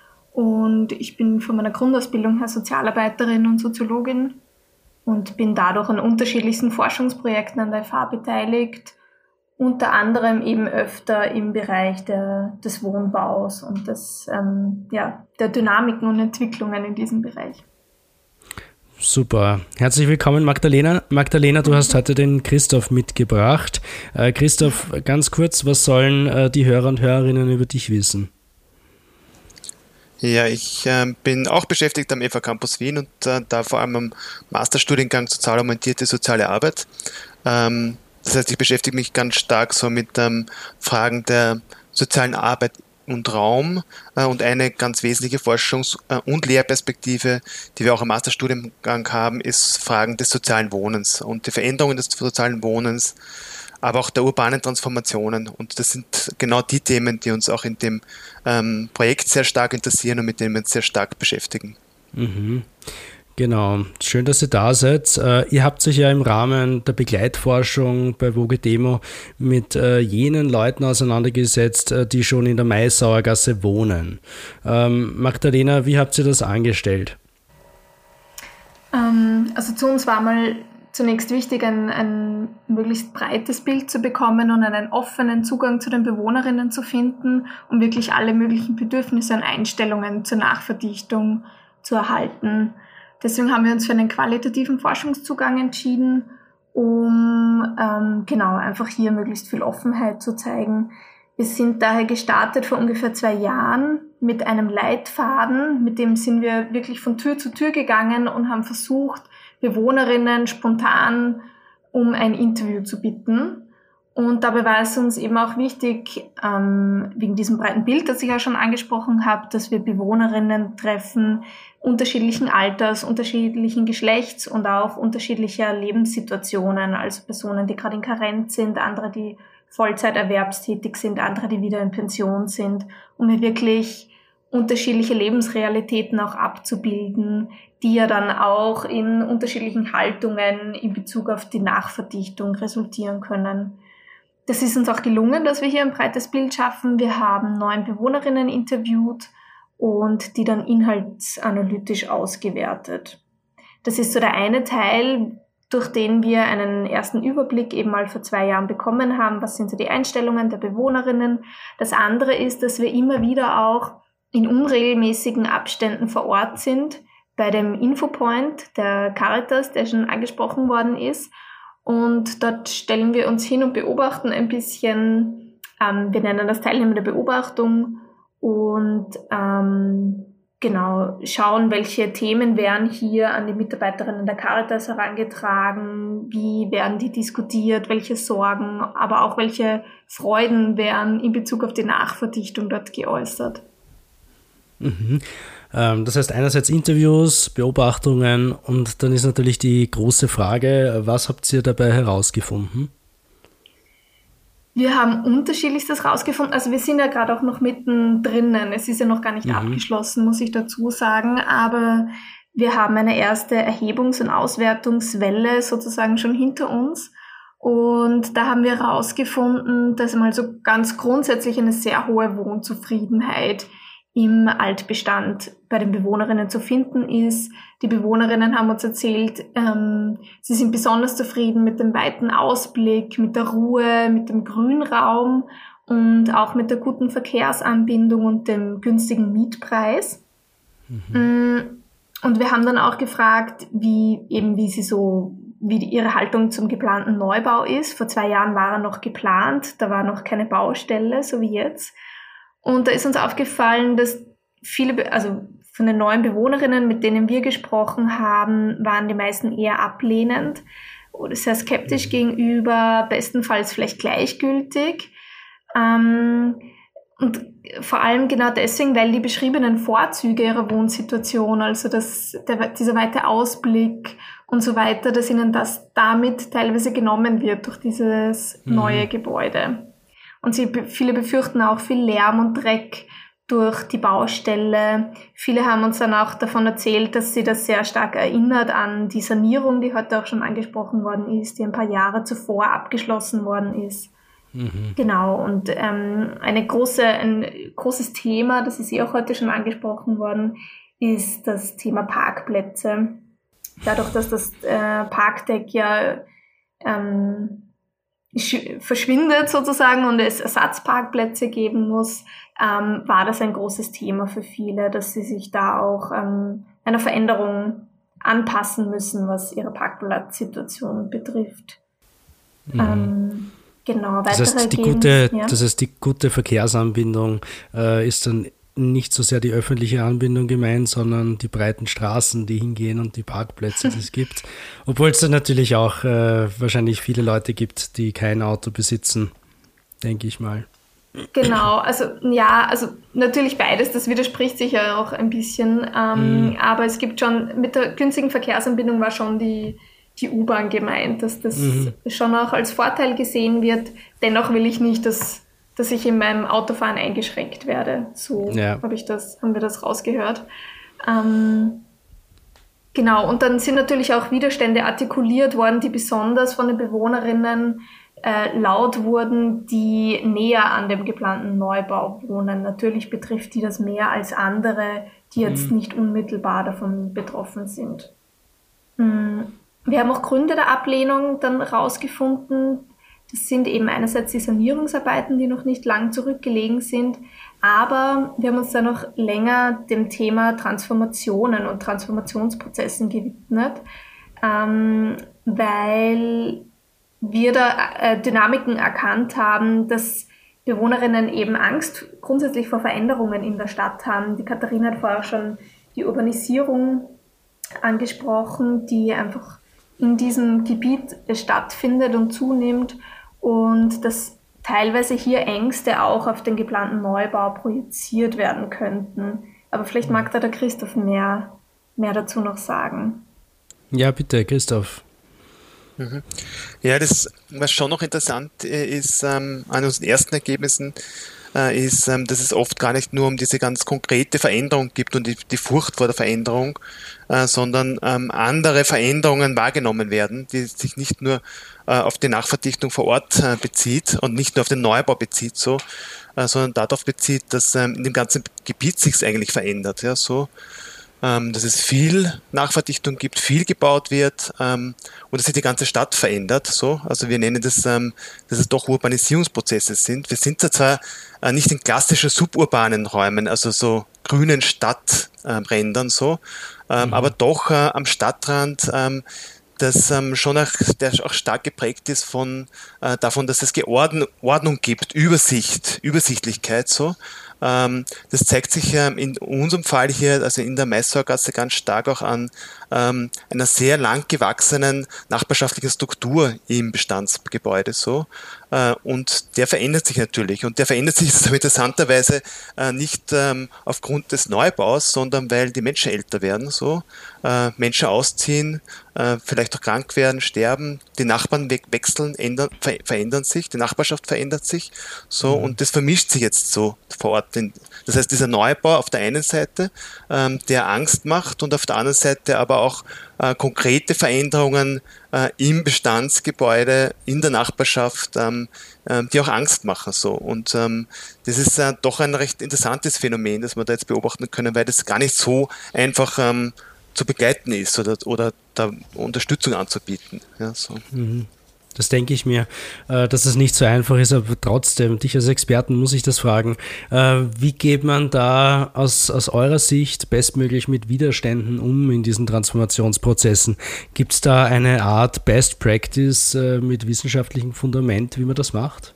Und ich bin von meiner Grundausbildung her Sozialarbeiterin und Soziologin und bin dadurch an unterschiedlichsten Forschungsprojekten an der FH beteiligt, unter anderem eben öfter im Bereich des Wohnbaus und der Dynamiken und Entwicklungen in diesem Bereich. Super. Herzlich willkommen, Magdalena. Magdalena, du hast heute den Christoph mitgebracht. Christoph, ganz kurz, was sollen die Hörer und Hörerinnen über dich wissen? Ja, ich bin auch beschäftigt am FH Campus Wien und da vor allem am Masterstudiengang sozialorientierte soziale Arbeit. Das heißt, ich beschäftige mich ganz stark so mit Fragen der sozialen Arbeit und Raum und eine ganz wesentliche Forschungs- und Lehrperspektive, die wir auch im Masterstudiengang haben, ist Fragen des sozialen Wohnens und die Veränderungen des sozialen Wohnens, aber auch der urbanen Transformationen. Und das sind genau die Themen, die uns auch in dem Projekt sehr stark interessieren und mit denen wir uns sehr stark beschäftigen. Mhm. Genau, schön, dass ihr da seid. Ihr habt euch ja im Rahmen der Begleitforschung bei Wogedemo mit jenen Leuten auseinandergesetzt, die schon in der Maisauergasse wohnen. Magdalena, wie habt ihr das angestellt? Also zu uns war mal zunächst wichtig, ein möglichst breites Bild zu bekommen und einen offenen Zugang zu den Bewohnerinnen zu finden, um wirklich alle möglichen Bedürfnisse und Einstellungen zur Nachverdichtung zu erhalten. Deswegen haben wir uns für einen qualitativen Forschungszugang entschieden, um einfach hier möglichst viel Offenheit zu zeigen. Wir sind daher gestartet vor ungefähr 2 Jahren mit einem Leitfaden, mit dem sind wir wirklich von Tür zu Tür gegangen und haben versucht, Bewohnerinnen spontan um ein Interview zu bitten. Und dabei war es uns eben auch wichtig, wegen diesem breiten Bild, das ich ja schon angesprochen habe, dass wir Bewohnerinnen treffen, unterschiedlichen Alters, unterschiedlichen Geschlechts und auch unterschiedlicher Lebenssituationen, also Personen, die gerade in Karenz sind, andere, die Vollzeiterwerbstätig sind, andere, die wieder in Pension sind, um hier wirklich unterschiedliche Lebensrealitäten auch abzubilden, die ja dann auch in unterschiedlichen Haltungen in Bezug auf die Nachverdichtung resultieren können. Das ist uns auch gelungen, dass wir hier ein breites Bild schaffen. Wir haben 9 Bewohnerinnen interviewt und die dann inhaltsanalytisch ausgewertet. Das ist so der eine Teil, durch den wir einen ersten Überblick eben mal vor 2 Jahren bekommen haben. Was sind so die Einstellungen der Bewohnerinnen? Das andere ist, dass wir immer wieder auch in unregelmäßigen Abständen vor Ort sind, bei dem Infopoint der Caritas, der schon angesprochen worden ist. Und dort stellen wir uns hin und beobachten ein bisschen, wir nennen das teilnehmende Beobachtung und genau schauen, welche Themen werden hier an die Mitarbeiterinnen der Caritas herangetragen, wie werden die diskutiert, welche Sorgen, aber auch welche Freuden werden in Bezug auf die Nachverdichtung dort geäußert. Mhm. Das heißt einerseits Interviews, Beobachtungen und dann ist natürlich die große Frage, was habt ihr dabei herausgefunden? Wir haben Unterschiedlichstes rausgefunden. Also wir sind ja gerade auch noch mittendrin. Es ist ja noch gar nicht abgeschlossen, muss ich dazu sagen. Aber wir haben eine erste Erhebungs- und Auswertungswelle sozusagen schon hinter uns. Und da haben wir herausgefunden, dass mal so ganz grundsätzlich eine sehr hohe Wohnzufriedenheit im Altbestand bei den Bewohnerinnen zu finden ist. Die Bewohnerinnen haben uns erzählt, sie sind besonders zufrieden mit dem weiten Ausblick, mit der Ruhe, mit dem Grünraum und auch mit der guten Verkehrsanbindung und dem günstigen Mietpreis. Und wir haben dann auch gefragt, wie ihre Haltung zum geplanten Neubau ist. Vor 2 Jahren war er noch geplant, da war noch keine Baustelle, so wie jetzt. Und da ist uns aufgefallen, dass viele, also von den neuen Bewohnerinnen, mit denen wir gesprochen haben, waren die meisten eher ablehnend oder sehr skeptisch gegenüber, bestenfalls vielleicht gleichgültig. Und vor allem genau deswegen, weil die beschriebenen Vorzüge ihrer Wohnsituation, also dieser weite Ausblick und so weiter, dass ihnen das damit teilweise genommen wird durch dieses neue Gebäude. Und viele befürchten auch viel Lärm und Dreck durch die Baustelle. Viele haben uns dann auch davon erzählt, dass sie das sehr stark erinnert an die Sanierung, die heute auch schon angesprochen worden ist, die ein paar Jahre zuvor abgeschlossen worden ist. Genau, und ein großes Thema, das ist auch heute schon angesprochen worden, ist das Thema Parkplätze. Dadurch, dass das Parkdeck ja verschwindet sozusagen und es Ersatzparkplätze geben muss, war das ein großes Thema für viele, dass sie sich da auch einer Veränderung anpassen müssen, was ihre Parkplatzsituation betrifft. Genau, das heißt, die gute Verkehrsanbindung ist dann nicht so sehr die öffentliche Anbindung gemeint, sondern die breiten Straßen, die hingehen und die Parkplätze, die es gibt. Obwohl es dann natürlich auch wahrscheinlich viele Leute gibt, die kein Auto besitzen, denke ich mal. Genau, also natürlich beides, das widerspricht sich ja auch ein bisschen, aber es gibt schon, mit der günstigen Verkehrsanbindung war schon die U-Bahn gemeint, dass das schon auch als Vorteil gesehen wird. Dennoch will ich nicht, dass ich in meinem Autofahren eingeschränkt werde. So haben wir das rausgehört. Genau, und dann sind natürlich auch Widerstände artikuliert worden, die besonders von den Bewohnerinnen laut wurden, die näher an dem geplanten Neubau wohnen. Natürlich betrifft die das mehr als andere, die jetzt nicht unmittelbar davon betroffen sind. Wir haben auch Gründe der Ablehnung dann rausgefunden. Das sind eben einerseits die Sanierungsarbeiten, die noch nicht lang zurückgelegen sind, aber wir haben uns dann noch länger dem Thema Transformationen und Transformationsprozessen gewidmet, weil wir da Dynamiken erkannt haben, dass Bewohnerinnen eben Angst grundsätzlich vor Veränderungen in der Stadt haben. Die Katharina hat vorher schon die Urbanisierung angesprochen, die einfach in diesem Gebiet stattfindet und zunimmt und dass teilweise hier Ängste auch auf den geplanten Neubau projiziert werden könnten. Aber vielleicht mag da der Christoph mehr dazu noch sagen. Ja, bitte, Christoph. Ja, was schon noch interessant ist an unseren ersten Ergebnissen, ist, dass es oft gar nicht nur um diese ganz konkrete Veränderung gibt und die Furcht vor der Veränderung, sondern andere Veränderungen wahrgenommen werden, die sich nicht nur auf die Nachverdichtung vor Ort bezieht und nicht nur auf den Neubau bezieht, sondern darauf bezieht, dass in dem ganzen Gebiet sich eigentlich verändert, ja, so. Dass es viel Nachverdichtung gibt, viel gebaut wird und dass sich die ganze Stadt verändert. So. Also wir nennen das, dass es doch Urbanisierungsprozesse sind. Wir sind zwar nicht in klassischen suburbanen Räumen, also so grünen Stadträndern, aber doch am Stadtrand, das schon der auch stark geprägt ist davon, dass es Ordnung gibt, Übersichtlichkeit, Das zeigt sich in unserem Fall hier, also in der Maissauergasse, ganz stark auch an einer sehr lang gewachsenen nachbarschaftlichen Struktur im Bestandsgebäude so. Und der verändert sich natürlich. Und der verändert sich interessanterweise nicht aufgrund des Neubaus, sondern weil die Menschen älter werden, so. Menschen ausziehen, vielleicht auch krank werden, sterben, die Nachbarn wechseln, verändern sich, die Nachbarschaft verändert sich, so. Und das vermischt sich jetzt so vor Ort. Das heißt, dieser Neubau auf der einen Seite, der Angst macht, und auf der anderen Seite aber auch konkrete Veränderungen im Bestandsgebäude, in der Nachbarschaft, die auch Angst machen. So. Und das ist doch ein recht interessantes Phänomen, das wir da jetzt beobachten können, weil das gar nicht so einfach zu begleiten ist oder da Unterstützung anzubieten. Ja, so. Das denke ich mir, dass es nicht so einfach ist, aber trotzdem, dich als Experten muss ich das fragen. Wie geht man da aus eurer Sicht bestmöglich mit Widerständen um in diesen Transformationsprozessen? Gibt es da eine Art Best Practice mit wissenschaftlichem Fundament, wie man das macht?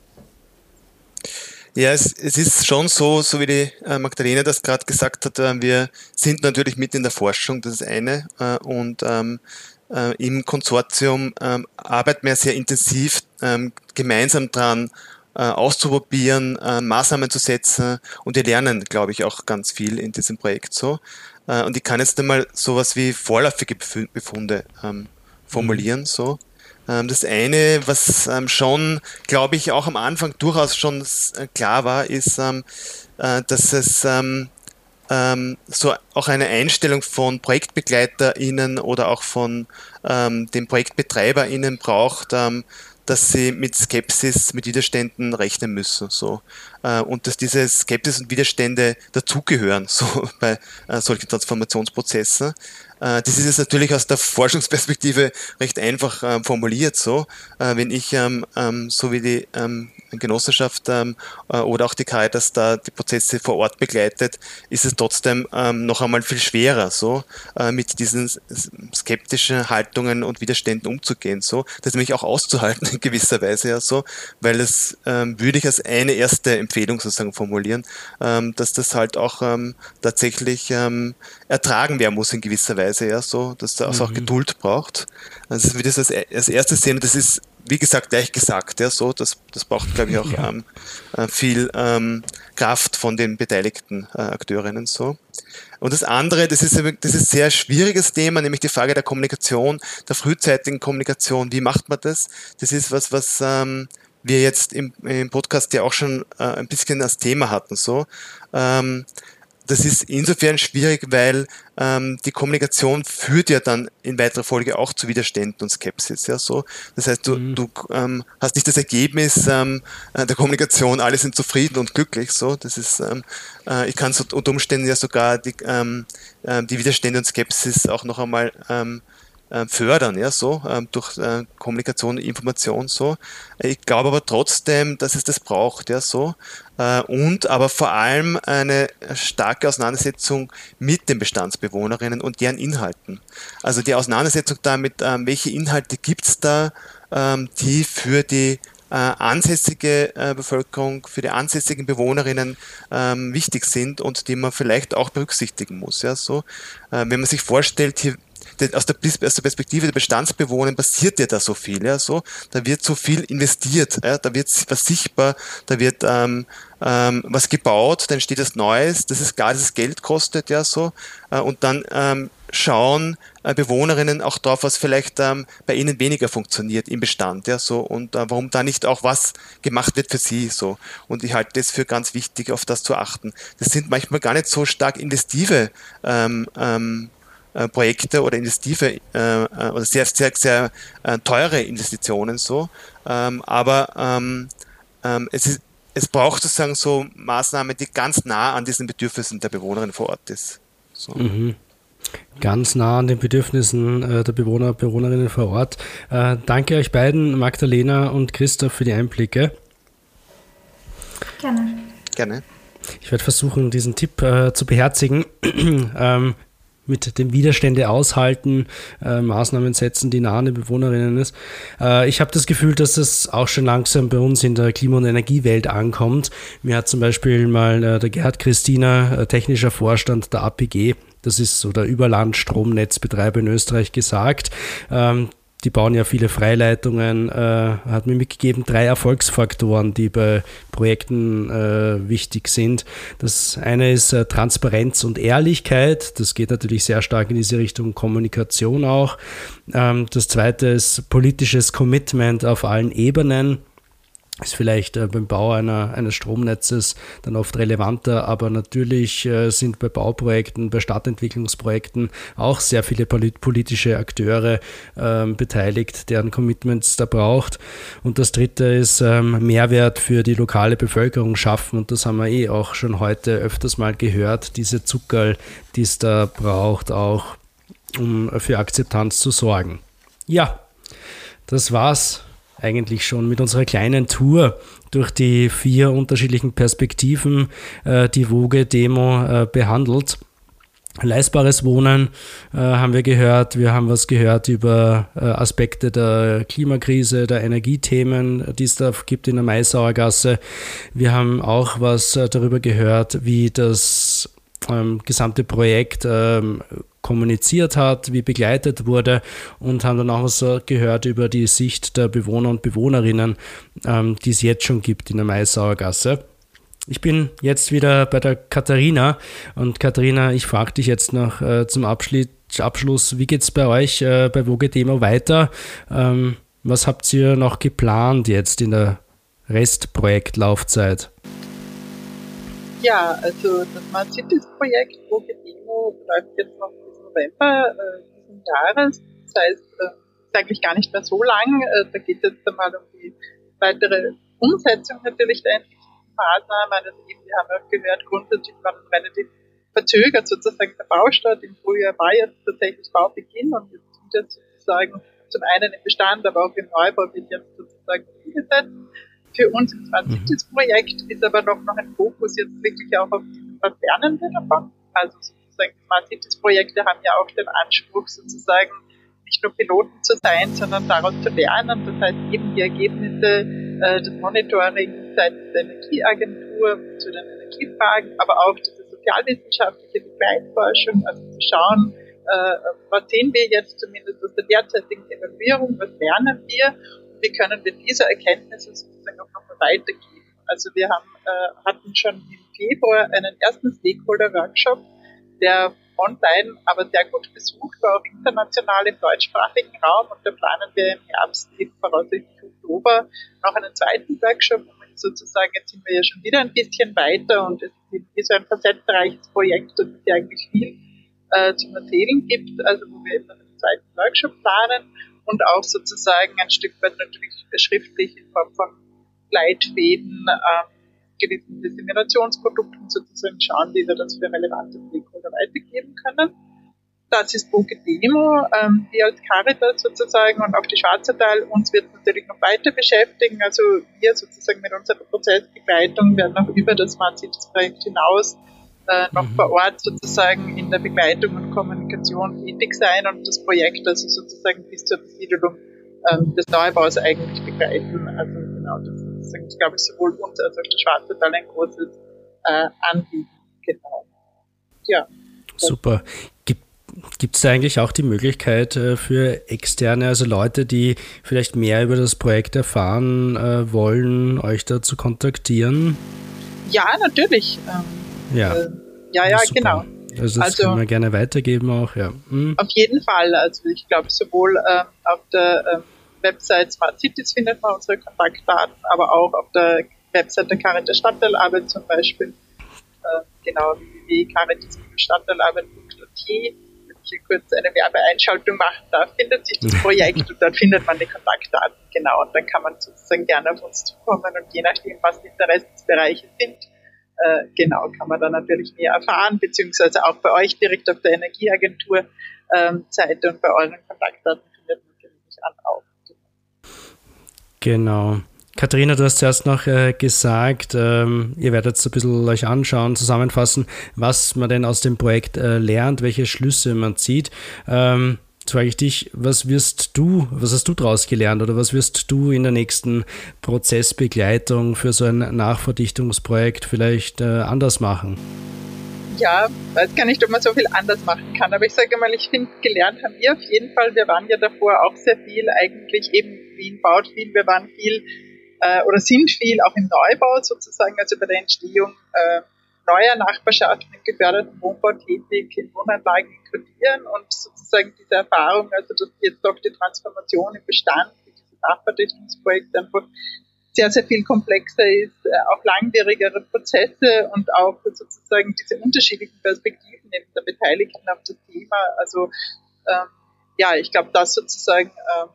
Ja, es ist schon so wie die Magdalena das gerade gesagt hat, wir sind natürlich mit in der Forschung, das ist eine, und im Konsortium arbeiten wir sehr intensiv gemeinsam dran, auszuprobieren, Maßnahmen zu setzen, und wir lernen, glaube ich, auch ganz viel in diesem Projekt so. Und ich kann jetzt einmal sowas wie vorläufige Befunde formulieren so. Das eine, was schon, glaube ich, auch am Anfang durchaus schon klar war, ist, dass es so auch eine Einstellung von ProjektbegleiterInnen oder auch von den ProjektbetreiberInnen braucht, dass sie mit Skepsis, mit Widerständen rechnen müssen, so. Und dass diese Skepsis und Widerstände dazugehören, so bei solchen Transformationsprozessen. Das ist jetzt natürlich aus der Forschungsperspektive recht einfach formuliert, so. Wenn ich, so wie die Genossenschaft oder auch die Caritas da die Prozesse vor Ort begleitet, ist es trotzdem noch einmal viel schwerer, so mit diesen skeptischen Haltungen und Widerständen umzugehen, so. Das nämlich auch auszuhalten in gewisser Weise, ja, so, weil es würde ich als eine erste Empfehlung sozusagen formulieren, dass das halt auch tatsächlich ertragen werden muss in gewisser Weise, ja, so, dass da auch Geduld braucht. Also das würde ich als erstes sehen, das ist, wie gesagt, gleich gesagt, ja, so, das braucht, glaube ich, auch viel Kraft von den beteiligten Akteurinnen, so. Und das andere, das ist ein sehr schwieriges Thema, nämlich die Frage der Kommunikation, der frühzeitigen Kommunikation. Wie macht man das? Das ist was wir jetzt im Podcast ja auch schon ein bisschen als Thema hatten, so. Das ist insofern schwierig, weil die Kommunikation führt ja dann in weiterer Folge auch zu Widerständen und Skepsis, ja, so. Das heißt, du hast nicht das Ergebnis der Kommunikation, alle sind zufrieden und glücklich, so. Das ist, ich kann so unter Umständen ja sogar die Widerstände und Skepsis auch noch einmal fördern, ja, so, durch Kommunikation und Information, so. Ich glaube aber trotzdem, dass es das braucht, ja, so. Und aber vor allem eine starke Auseinandersetzung mit den Bestandsbewohnerinnen und deren Inhalten. Also die Auseinandersetzung damit, welche Inhalte gibt's da, die für die ansässige Bevölkerung, für die ansässigen Bewohnerinnen wichtig sind und die man vielleicht auch berücksichtigen muss, ja, so. Wenn man sich vorstellt, hier aus der Perspektive der Bestandsbewohner passiert ja da so viel, ja, so. Da wird so viel investiert, ja, da wird was sichtbar, da wird was gebaut, dann entsteht das Neues, das ist klar, dass es Geld kostet, ja, so. Und dann schauen Bewohnerinnen auch drauf, was vielleicht bei ihnen weniger funktioniert im Bestand, ja, so, und warum da nicht auch was gemacht wird für sie, so. Und ich halte es für ganz wichtig, auf das zu achten. Das sind manchmal gar nicht so stark investive Projekte oder investive oder sehr, sehr, sehr teure Investitionen, so. Aber es braucht sozusagen so Maßnahmen, die ganz nah an diesen Bedürfnissen der Bewohnerinnen vor Ort ist. So. Ganz nah an den Bedürfnissen der Bewohnerinnen vor Ort. Danke euch beiden, Magdalena und Christoph, für die Einblicke. Gerne. Ich werde versuchen, diesen Tipp zu beherzigen. mit dem Widerstände aushalten, Maßnahmen setzen, die nah an den Bewohnerinnen ist. Ich habe das Gefühl, dass das auch schon langsam bei uns in der Klima- und Energiewelt ankommt. Mir hat zum Beispiel mal der Gerhard Christiner, technischer Vorstand der APG, das ist so der Überlandstromnetzbetreiber in Österreich, gesagt, die bauen ja viele Freileitungen, hat mir mitgegeben, 3 Erfolgsfaktoren, die bei Projekten wichtig sind. Das eine ist Transparenz und Ehrlichkeit. Das geht natürlich sehr stark in diese Richtung Kommunikation auch. Das zweite ist politisches Commitment auf allen Ebenen. Ist vielleicht beim Bau eines Stromnetzes dann oft relevanter, aber natürlich sind bei Bauprojekten, bei Stadtentwicklungsprojekten auch sehr viele politische Akteure beteiligt, deren Commitments da braucht. Und das dritte ist Mehrwert für die lokale Bevölkerung schaffen, und das haben wir auch schon heute öfters mal gehört, diese Zuckerl, die es da braucht, auch um für Akzeptanz zu sorgen. Ja, das war's eigentlich schon mit unserer kleinen Tour durch die 4 unterschiedlichen Perspektiven, die Woge-Demo behandelt. Leistbares Wohnen haben wir gehört. Wir haben was gehört über Aspekte der Klimakrise, der Energiethemen, die es da gibt in der Maisauer Gasse. Wir haben auch was darüber gehört, wie das gesamte Projekt kommuniziert hat, wie begleitet wurde, und haben dann auch was gehört über die Sicht der Bewohner und Bewohnerinnen, die es jetzt schon gibt in der Maisauer Gasse. Ich bin jetzt wieder bei der Katharina, und Katharina, ich frage dich jetzt noch zum Abschluss, wie geht es bei euch bei Woge-Demo weiter? Was habt ihr noch geplant jetzt in der Restprojektlaufzeit? Ja, also das Smart Cities Projekt Woge-Demo läuft jetzt noch bis November diesen Jahres. Das heißt, ist eigentlich gar nicht mehr so lang. Da geht es jetzt einmal um die weitere Umsetzung natürlich der Entwicklungsmaßnahmen. Also eben, wir haben auch gehört, grundsätzlich war relativ verzögert sozusagen der Baustart. Im Frühjahr war jetzt tatsächlich Baubeginn, und jetzt wieder sozusagen zum einen im Bestand, aber auch im Neubau wird jetzt sozusagen umgesetzt. Für uns im Smart Cities Projekt ist aber noch ein Fokus jetzt wirklich auch auf diesen, was lernen wir davon. Also sozusagen Smart Cities Projekte haben ja auch den Anspruch, sozusagen nicht nur Piloten zu sein, sondern daraus zu lernen. Das heißt eben die Ergebnisse des Monitoring seitens der Energieagentur zu den Energiefragen, aber auch diese sozialwissenschaftliche Begleitforschung, also zu schauen, was sehen wir jetzt zumindest aus der derzeitigen Evaluierung, was lernen wir, und wie können wir diese Erkenntnisse sozusagen auch nochmal weitergeben. Also wir hatten schon im Februar einen ersten Stakeholder-Workshop, der online aber sehr gut besucht war, auch international im deutschsprachigen Raum, und da planen wir im Herbst, eben voraussichtlich Oktober, noch einen zweiten Workshop, um sozusagen, jetzt sind wir ja schon wieder ein bisschen weiter, und es ist so ein facettenreiches Projekt, das es ja eigentlich viel zum Erzählen gibt, also wo wir eben noch einen zweiten Workshop planen und auch sozusagen ein Stück weit natürlich schriftlich in Form von Leitfäden, gewissen Disseminationsprodukten sozusagen schauen, wie wir das für relevante Stakeholder weitergeben können. Das ist Woge-Demo, wir als Caritas sozusagen und auch die Schwarzertal, uns wird natürlich noch weiter beschäftigen. Also wir sozusagen mit unserer Prozessbegleitung werden auch über das Smart Cities Projekt hinaus noch vor Ort sozusagen in der Begleitung und Kommunikation tätig sein und das Projekt also sozusagen bis zur Besiedelung des Neubaus eigentlich begleiten. Also genau, das ist sozusagen, glaube ich, sowohl uns als auch der Schwarzertal ein großes Anliegen. Genau. Ja. Super. Gibt es da eigentlich auch die Möglichkeit für Externe, also Leute, die vielleicht mehr über das Projekt erfahren wollen, euch da zu kontaktieren? Ja, natürlich. Ja, genau. Also das können wir gerne weitergeben auch, ja. Auf jeden Fall. Also ich glaube, sowohl auf der Website Smart Cities findet man unsere Kontaktdaten, aber auch auf der Website der Caritas Stadtteilarbeit zum Beispiel. Genau, www.caritas-stadtteilarbeit.at. Wenn ich hier kurz eine Werbeeinschaltung machen darf, findet sich das Projekt und dort findet man die Kontaktdaten. Genau, und dann kann man sozusagen gerne auf uns zukommen und je nachdem, was die Interessensbereiche sind, genau, kann man dann natürlich mehr erfahren, beziehungsweise auch bei euch direkt auf der Energieagentur Seite und bei euren Kontaktdaten findet man natürlich an auch. Genau. Katharina, du hast zuerst noch gesagt, ihr werdet so ein bisschen euch anschauen, zusammenfassen, was man denn aus dem Projekt lernt, welche Schlüsse man zieht. Jetzt frage ich dich, was hast du daraus gelernt oder was wirst du in der nächsten Prozessbegleitung für so ein Nachverdichtungsprojekt vielleicht anders machen? Ja, weiß gar nicht, ob man so viel anders machen kann, aber ich sage mal, ich finde, gelernt haben wir auf jeden Fall. Wir waren ja davor auch sehr viel, eigentlich eben Wien baut viel, wir waren viel oder sind viel auch im Neubau sozusagen, also bei der Entstehung neuer Nachbarschaften im geförderten Wohnbau tätig, in Wohnanlagen, in Quartieren und sozusagen diese Erfahrung, also dass jetzt auch die Transformation im Bestand, dieses Nachverdichtungsprojekt einfach sehr, sehr viel komplexer ist, auch langwierigere Prozesse und auch sozusagen diese unterschiedlichen Perspektiven der Beteiligten auf das Thema. Also ich glaube, das sozusagen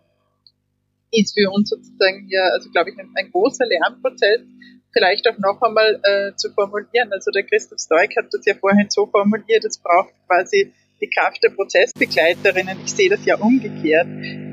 ist für uns sozusagen hier, also glaube ich, ein großer Lernprozess. Vielleicht auch noch einmal zu formulieren. Also der Christoph Stoik hat das ja vorhin so formuliert, es braucht quasi die Kraft der Prozessbegleiterinnen. Ich sehe das ja umgekehrt.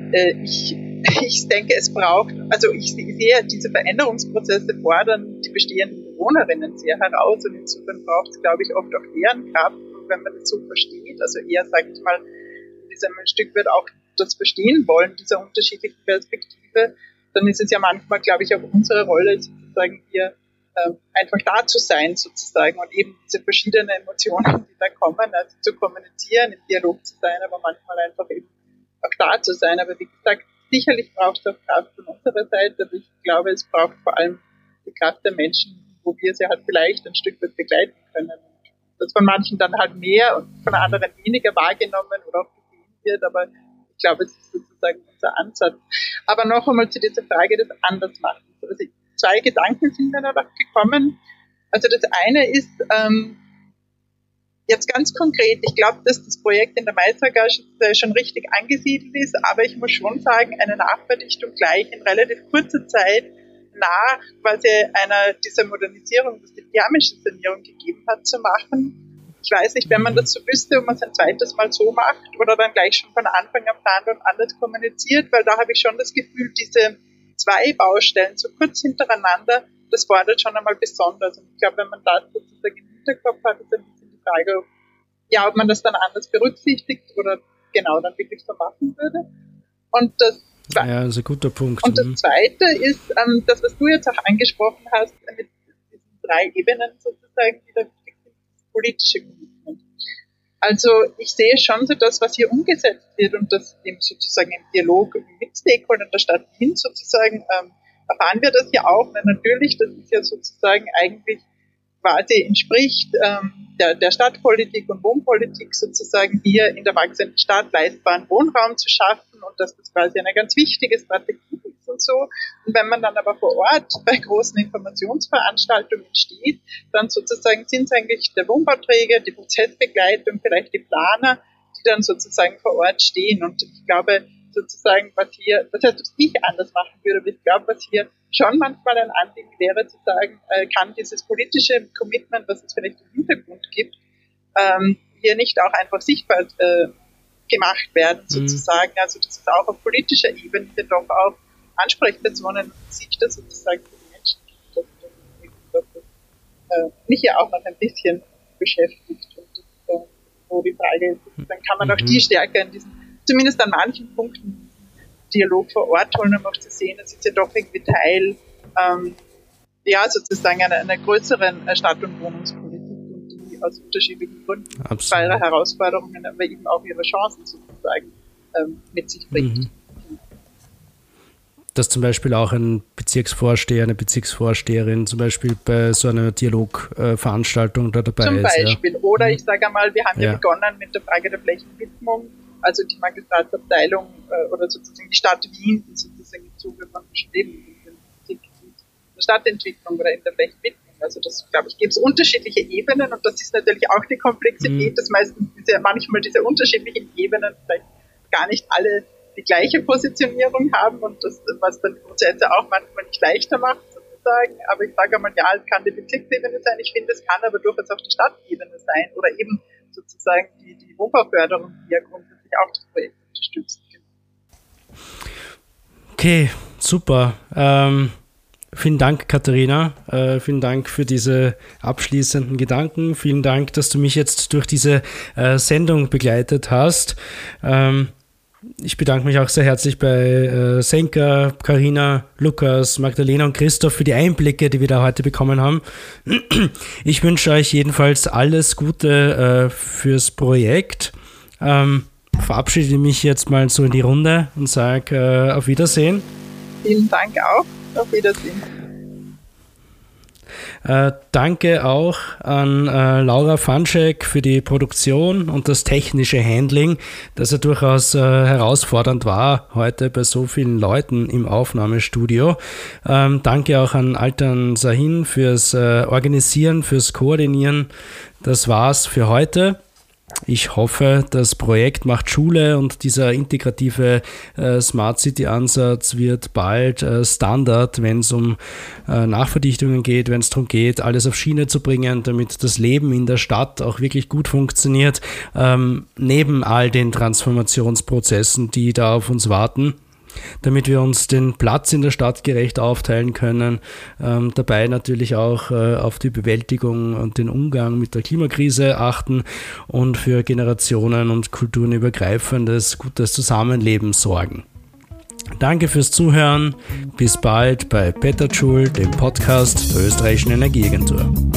Ich denke, es braucht, also ich sehe, diese Veränderungsprozesse fordern die bestehenden Bewohnerinnen sehr heraus und insofern braucht es, glaube ich, oft auch deren Kraft, und wenn man das so versteht, also eher, sage ich mal, in diesem Stück wird auch das Verstehen wollen, dieser unterschiedlichen Perspektive, dann ist es ja manchmal, glaube ich, auch unsere Rolle, sozusagen hier einfach da zu sein, sozusagen, und eben diese verschiedenen Emotionen, die da kommen, also zu kommunizieren, im Dialog zu sein, aber manchmal einfach eben auch da zu sein. Aber wie gesagt, sicherlich braucht es auch Kraft von unserer Seite, aber ich glaube, es braucht vor allem die Kraft der Menschen, wo wir sie halt vielleicht ein Stück weit begleiten können. Das von manchen dann halt mehr und von anderen weniger wahrgenommen oder auch gesehen wird, aber ich glaube, es ist sozusagen unser Ansatz. Aber noch einmal zu dieser Frage des Andersmachens. Also 2 Gedanken sind mir noch gekommen. Also das eine ist jetzt ganz konkret, ich glaube, dass das Projekt in der Maissackgasse schon richtig angesiedelt ist, aber ich muss schon sagen, eine Nachverdichtung gleich in relativ kurzer Zeit nach quasi einer dieser Modernisierung, dass die thermische Sanierung gegeben hat, zu machen. Ich weiß nicht, wenn man das so wüsste, ob man es ein zweites Mal so macht oder dann gleich schon von Anfang an plant und anders kommuniziert, weil da habe ich schon das Gefühl, diese 2 Baustellen so kurz hintereinander, das fordert schon einmal besonders. Und ich glaube, wenn man das sozusagen im Hinterkopf hat, ist ein bisschen die Frage, ob man das dann anders berücksichtigt oder genau dann wirklich so machen würde. Und das ist ein guter Punkt. Und das Zweite ist, das, was du jetzt auch angesprochen hast, mit diesen 3 Ebenen sozusagen, die da wichtig sind, das politische Commitment. Also ich sehe schon so das, was hier umgesetzt wird und das eben sozusagen im Dialog mit Stakeholdern der Stadt Wien sozusagen, erfahren wir das ja auch. Natürlich, das ist ja sozusagen eigentlich quasi entspricht der Stadtpolitik und Wohnpolitik sozusagen hier in der wachsenden Stadt leistbaren Wohnraum zu schaffen und dass das quasi eine ganz wichtige Strategie ist und so. Und wenn man dann aber vor Ort bei großen Informationsveranstaltungen steht, dann sozusagen sind es eigentlich der Wohnbauträger, die Prozessbegleitung, vielleicht die Planer, die dann sozusagen vor Ort stehen. Und ich glaube sozusagen, was heißt, was ich anders machen würde, aber ich glaube, was hier schon manchmal ein Anliegen wäre, zu sagen, kann dieses politische Commitment, was es vielleicht im Hintergrund gibt, hier nicht auch einfach sichtbar gemacht werden, sozusagen. Also, dass es auch auf politischer Ebene hier doch auch Ansprechpersonen und Gesichter sozusagen für die Menschen gibt, dass das mich ja auch noch ein bisschen beschäftigt. Und das, wo die Frage ist, dann kann man auch die stärker in diesen, zumindest an manchen Punkten, Dialog vor Ort holen, um auch zu sehen, das ist ja doch irgendwie Teil, sozusagen einer größeren Stadt- und Wohnungspolitik und die aus unterschiedlichen Gründen bei ihrer Herausforderungen, aber eben auch ihre Chancen sozusagen mit sich bringt. Dass zum Beispiel auch ein Bezirksvorsteher, eine Bezirksvorsteherin zum Beispiel bei so einer Dialogveranstaltung da dabei ist. Zum Beispiel. Ja. Oder ich sage einmal, wir haben ja begonnen mit der Frage der Flächenwidmung, also die Magistratsabteilung oder sozusagen die Stadt Wien, die sozusagen im Zuge von Beschwerden in der Stadtentwicklung oder in der Flächenwidmung. Also das, glaube ich, gibt es unterschiedliche Ebenen und das ist natürlich auch die Komplexität, dass meistens manchmal diese unterschiedlichen Ebenen vielleicht gar nicht alle die gleiche Positionierung haben und das, was dann die Prozesse auch manchmal nicht leichter macht, sozusagen. Aber ich sage einmal, ja, es kann die Bezirksebene sein, ich finde, es kann aber durchaus auch die Stadtebene sein oder eben sozusagen die Wohnbauförderung, die ja grundsätzlich auch das Projekt unterstützt. Okay, super. Vielen Dank, Katharina. Vielen Dank für diese abschließenden Gedanken. Vielen Dank, dass du mich jetzt durch diese Sendung begleitet hast. Ich bedanke mich auch sehr herzlich bei Senka, Carina, Lukas, Magdalena und Christoph für die Einblicke, die wir da heute bekommen haben. Ich wünsche euch jedenfalls alles Gute fürs Projekt. Verabschiede mich jetzt mal so in die Runde und sage auf Wiedersehen. Vielen Dank auch. Auf Wiedersehen. Danke auch an Laura Fanschek für die Produktion und das technische Handling, das ja durchaus herausfordernd war heute bei so vielen Leuten im Aufnahmestudio. Danke auch an Altan Sahin fürs Organisieren, fürs Koordinieren. Das war's für heute. Ich hoffe, das Projekt macht Schule und dieser integrative Smart City Ansatz wird bald Standard, wenn es um Nachverdichtungen geht, wenn es darum geht, alles auf Schiene zu bringen, damit das Leben in der Stadt auch wirklich gut funktioniert, neben all den Transformationsprozessen, die da auf uns warten, damit wir uns den Platz in der Stadt gerecht aufteilen können, dabei natürlich auch auf die Bewältigung und den Umgang mit der Klimakrise achten und für Generationen und kulturenübergreifendes, gutes Zusammenleben sorgen. Danke fürs Zuhören, bis bald bei Peter Joule, dem Podcast der Österreichischen Energieagentur.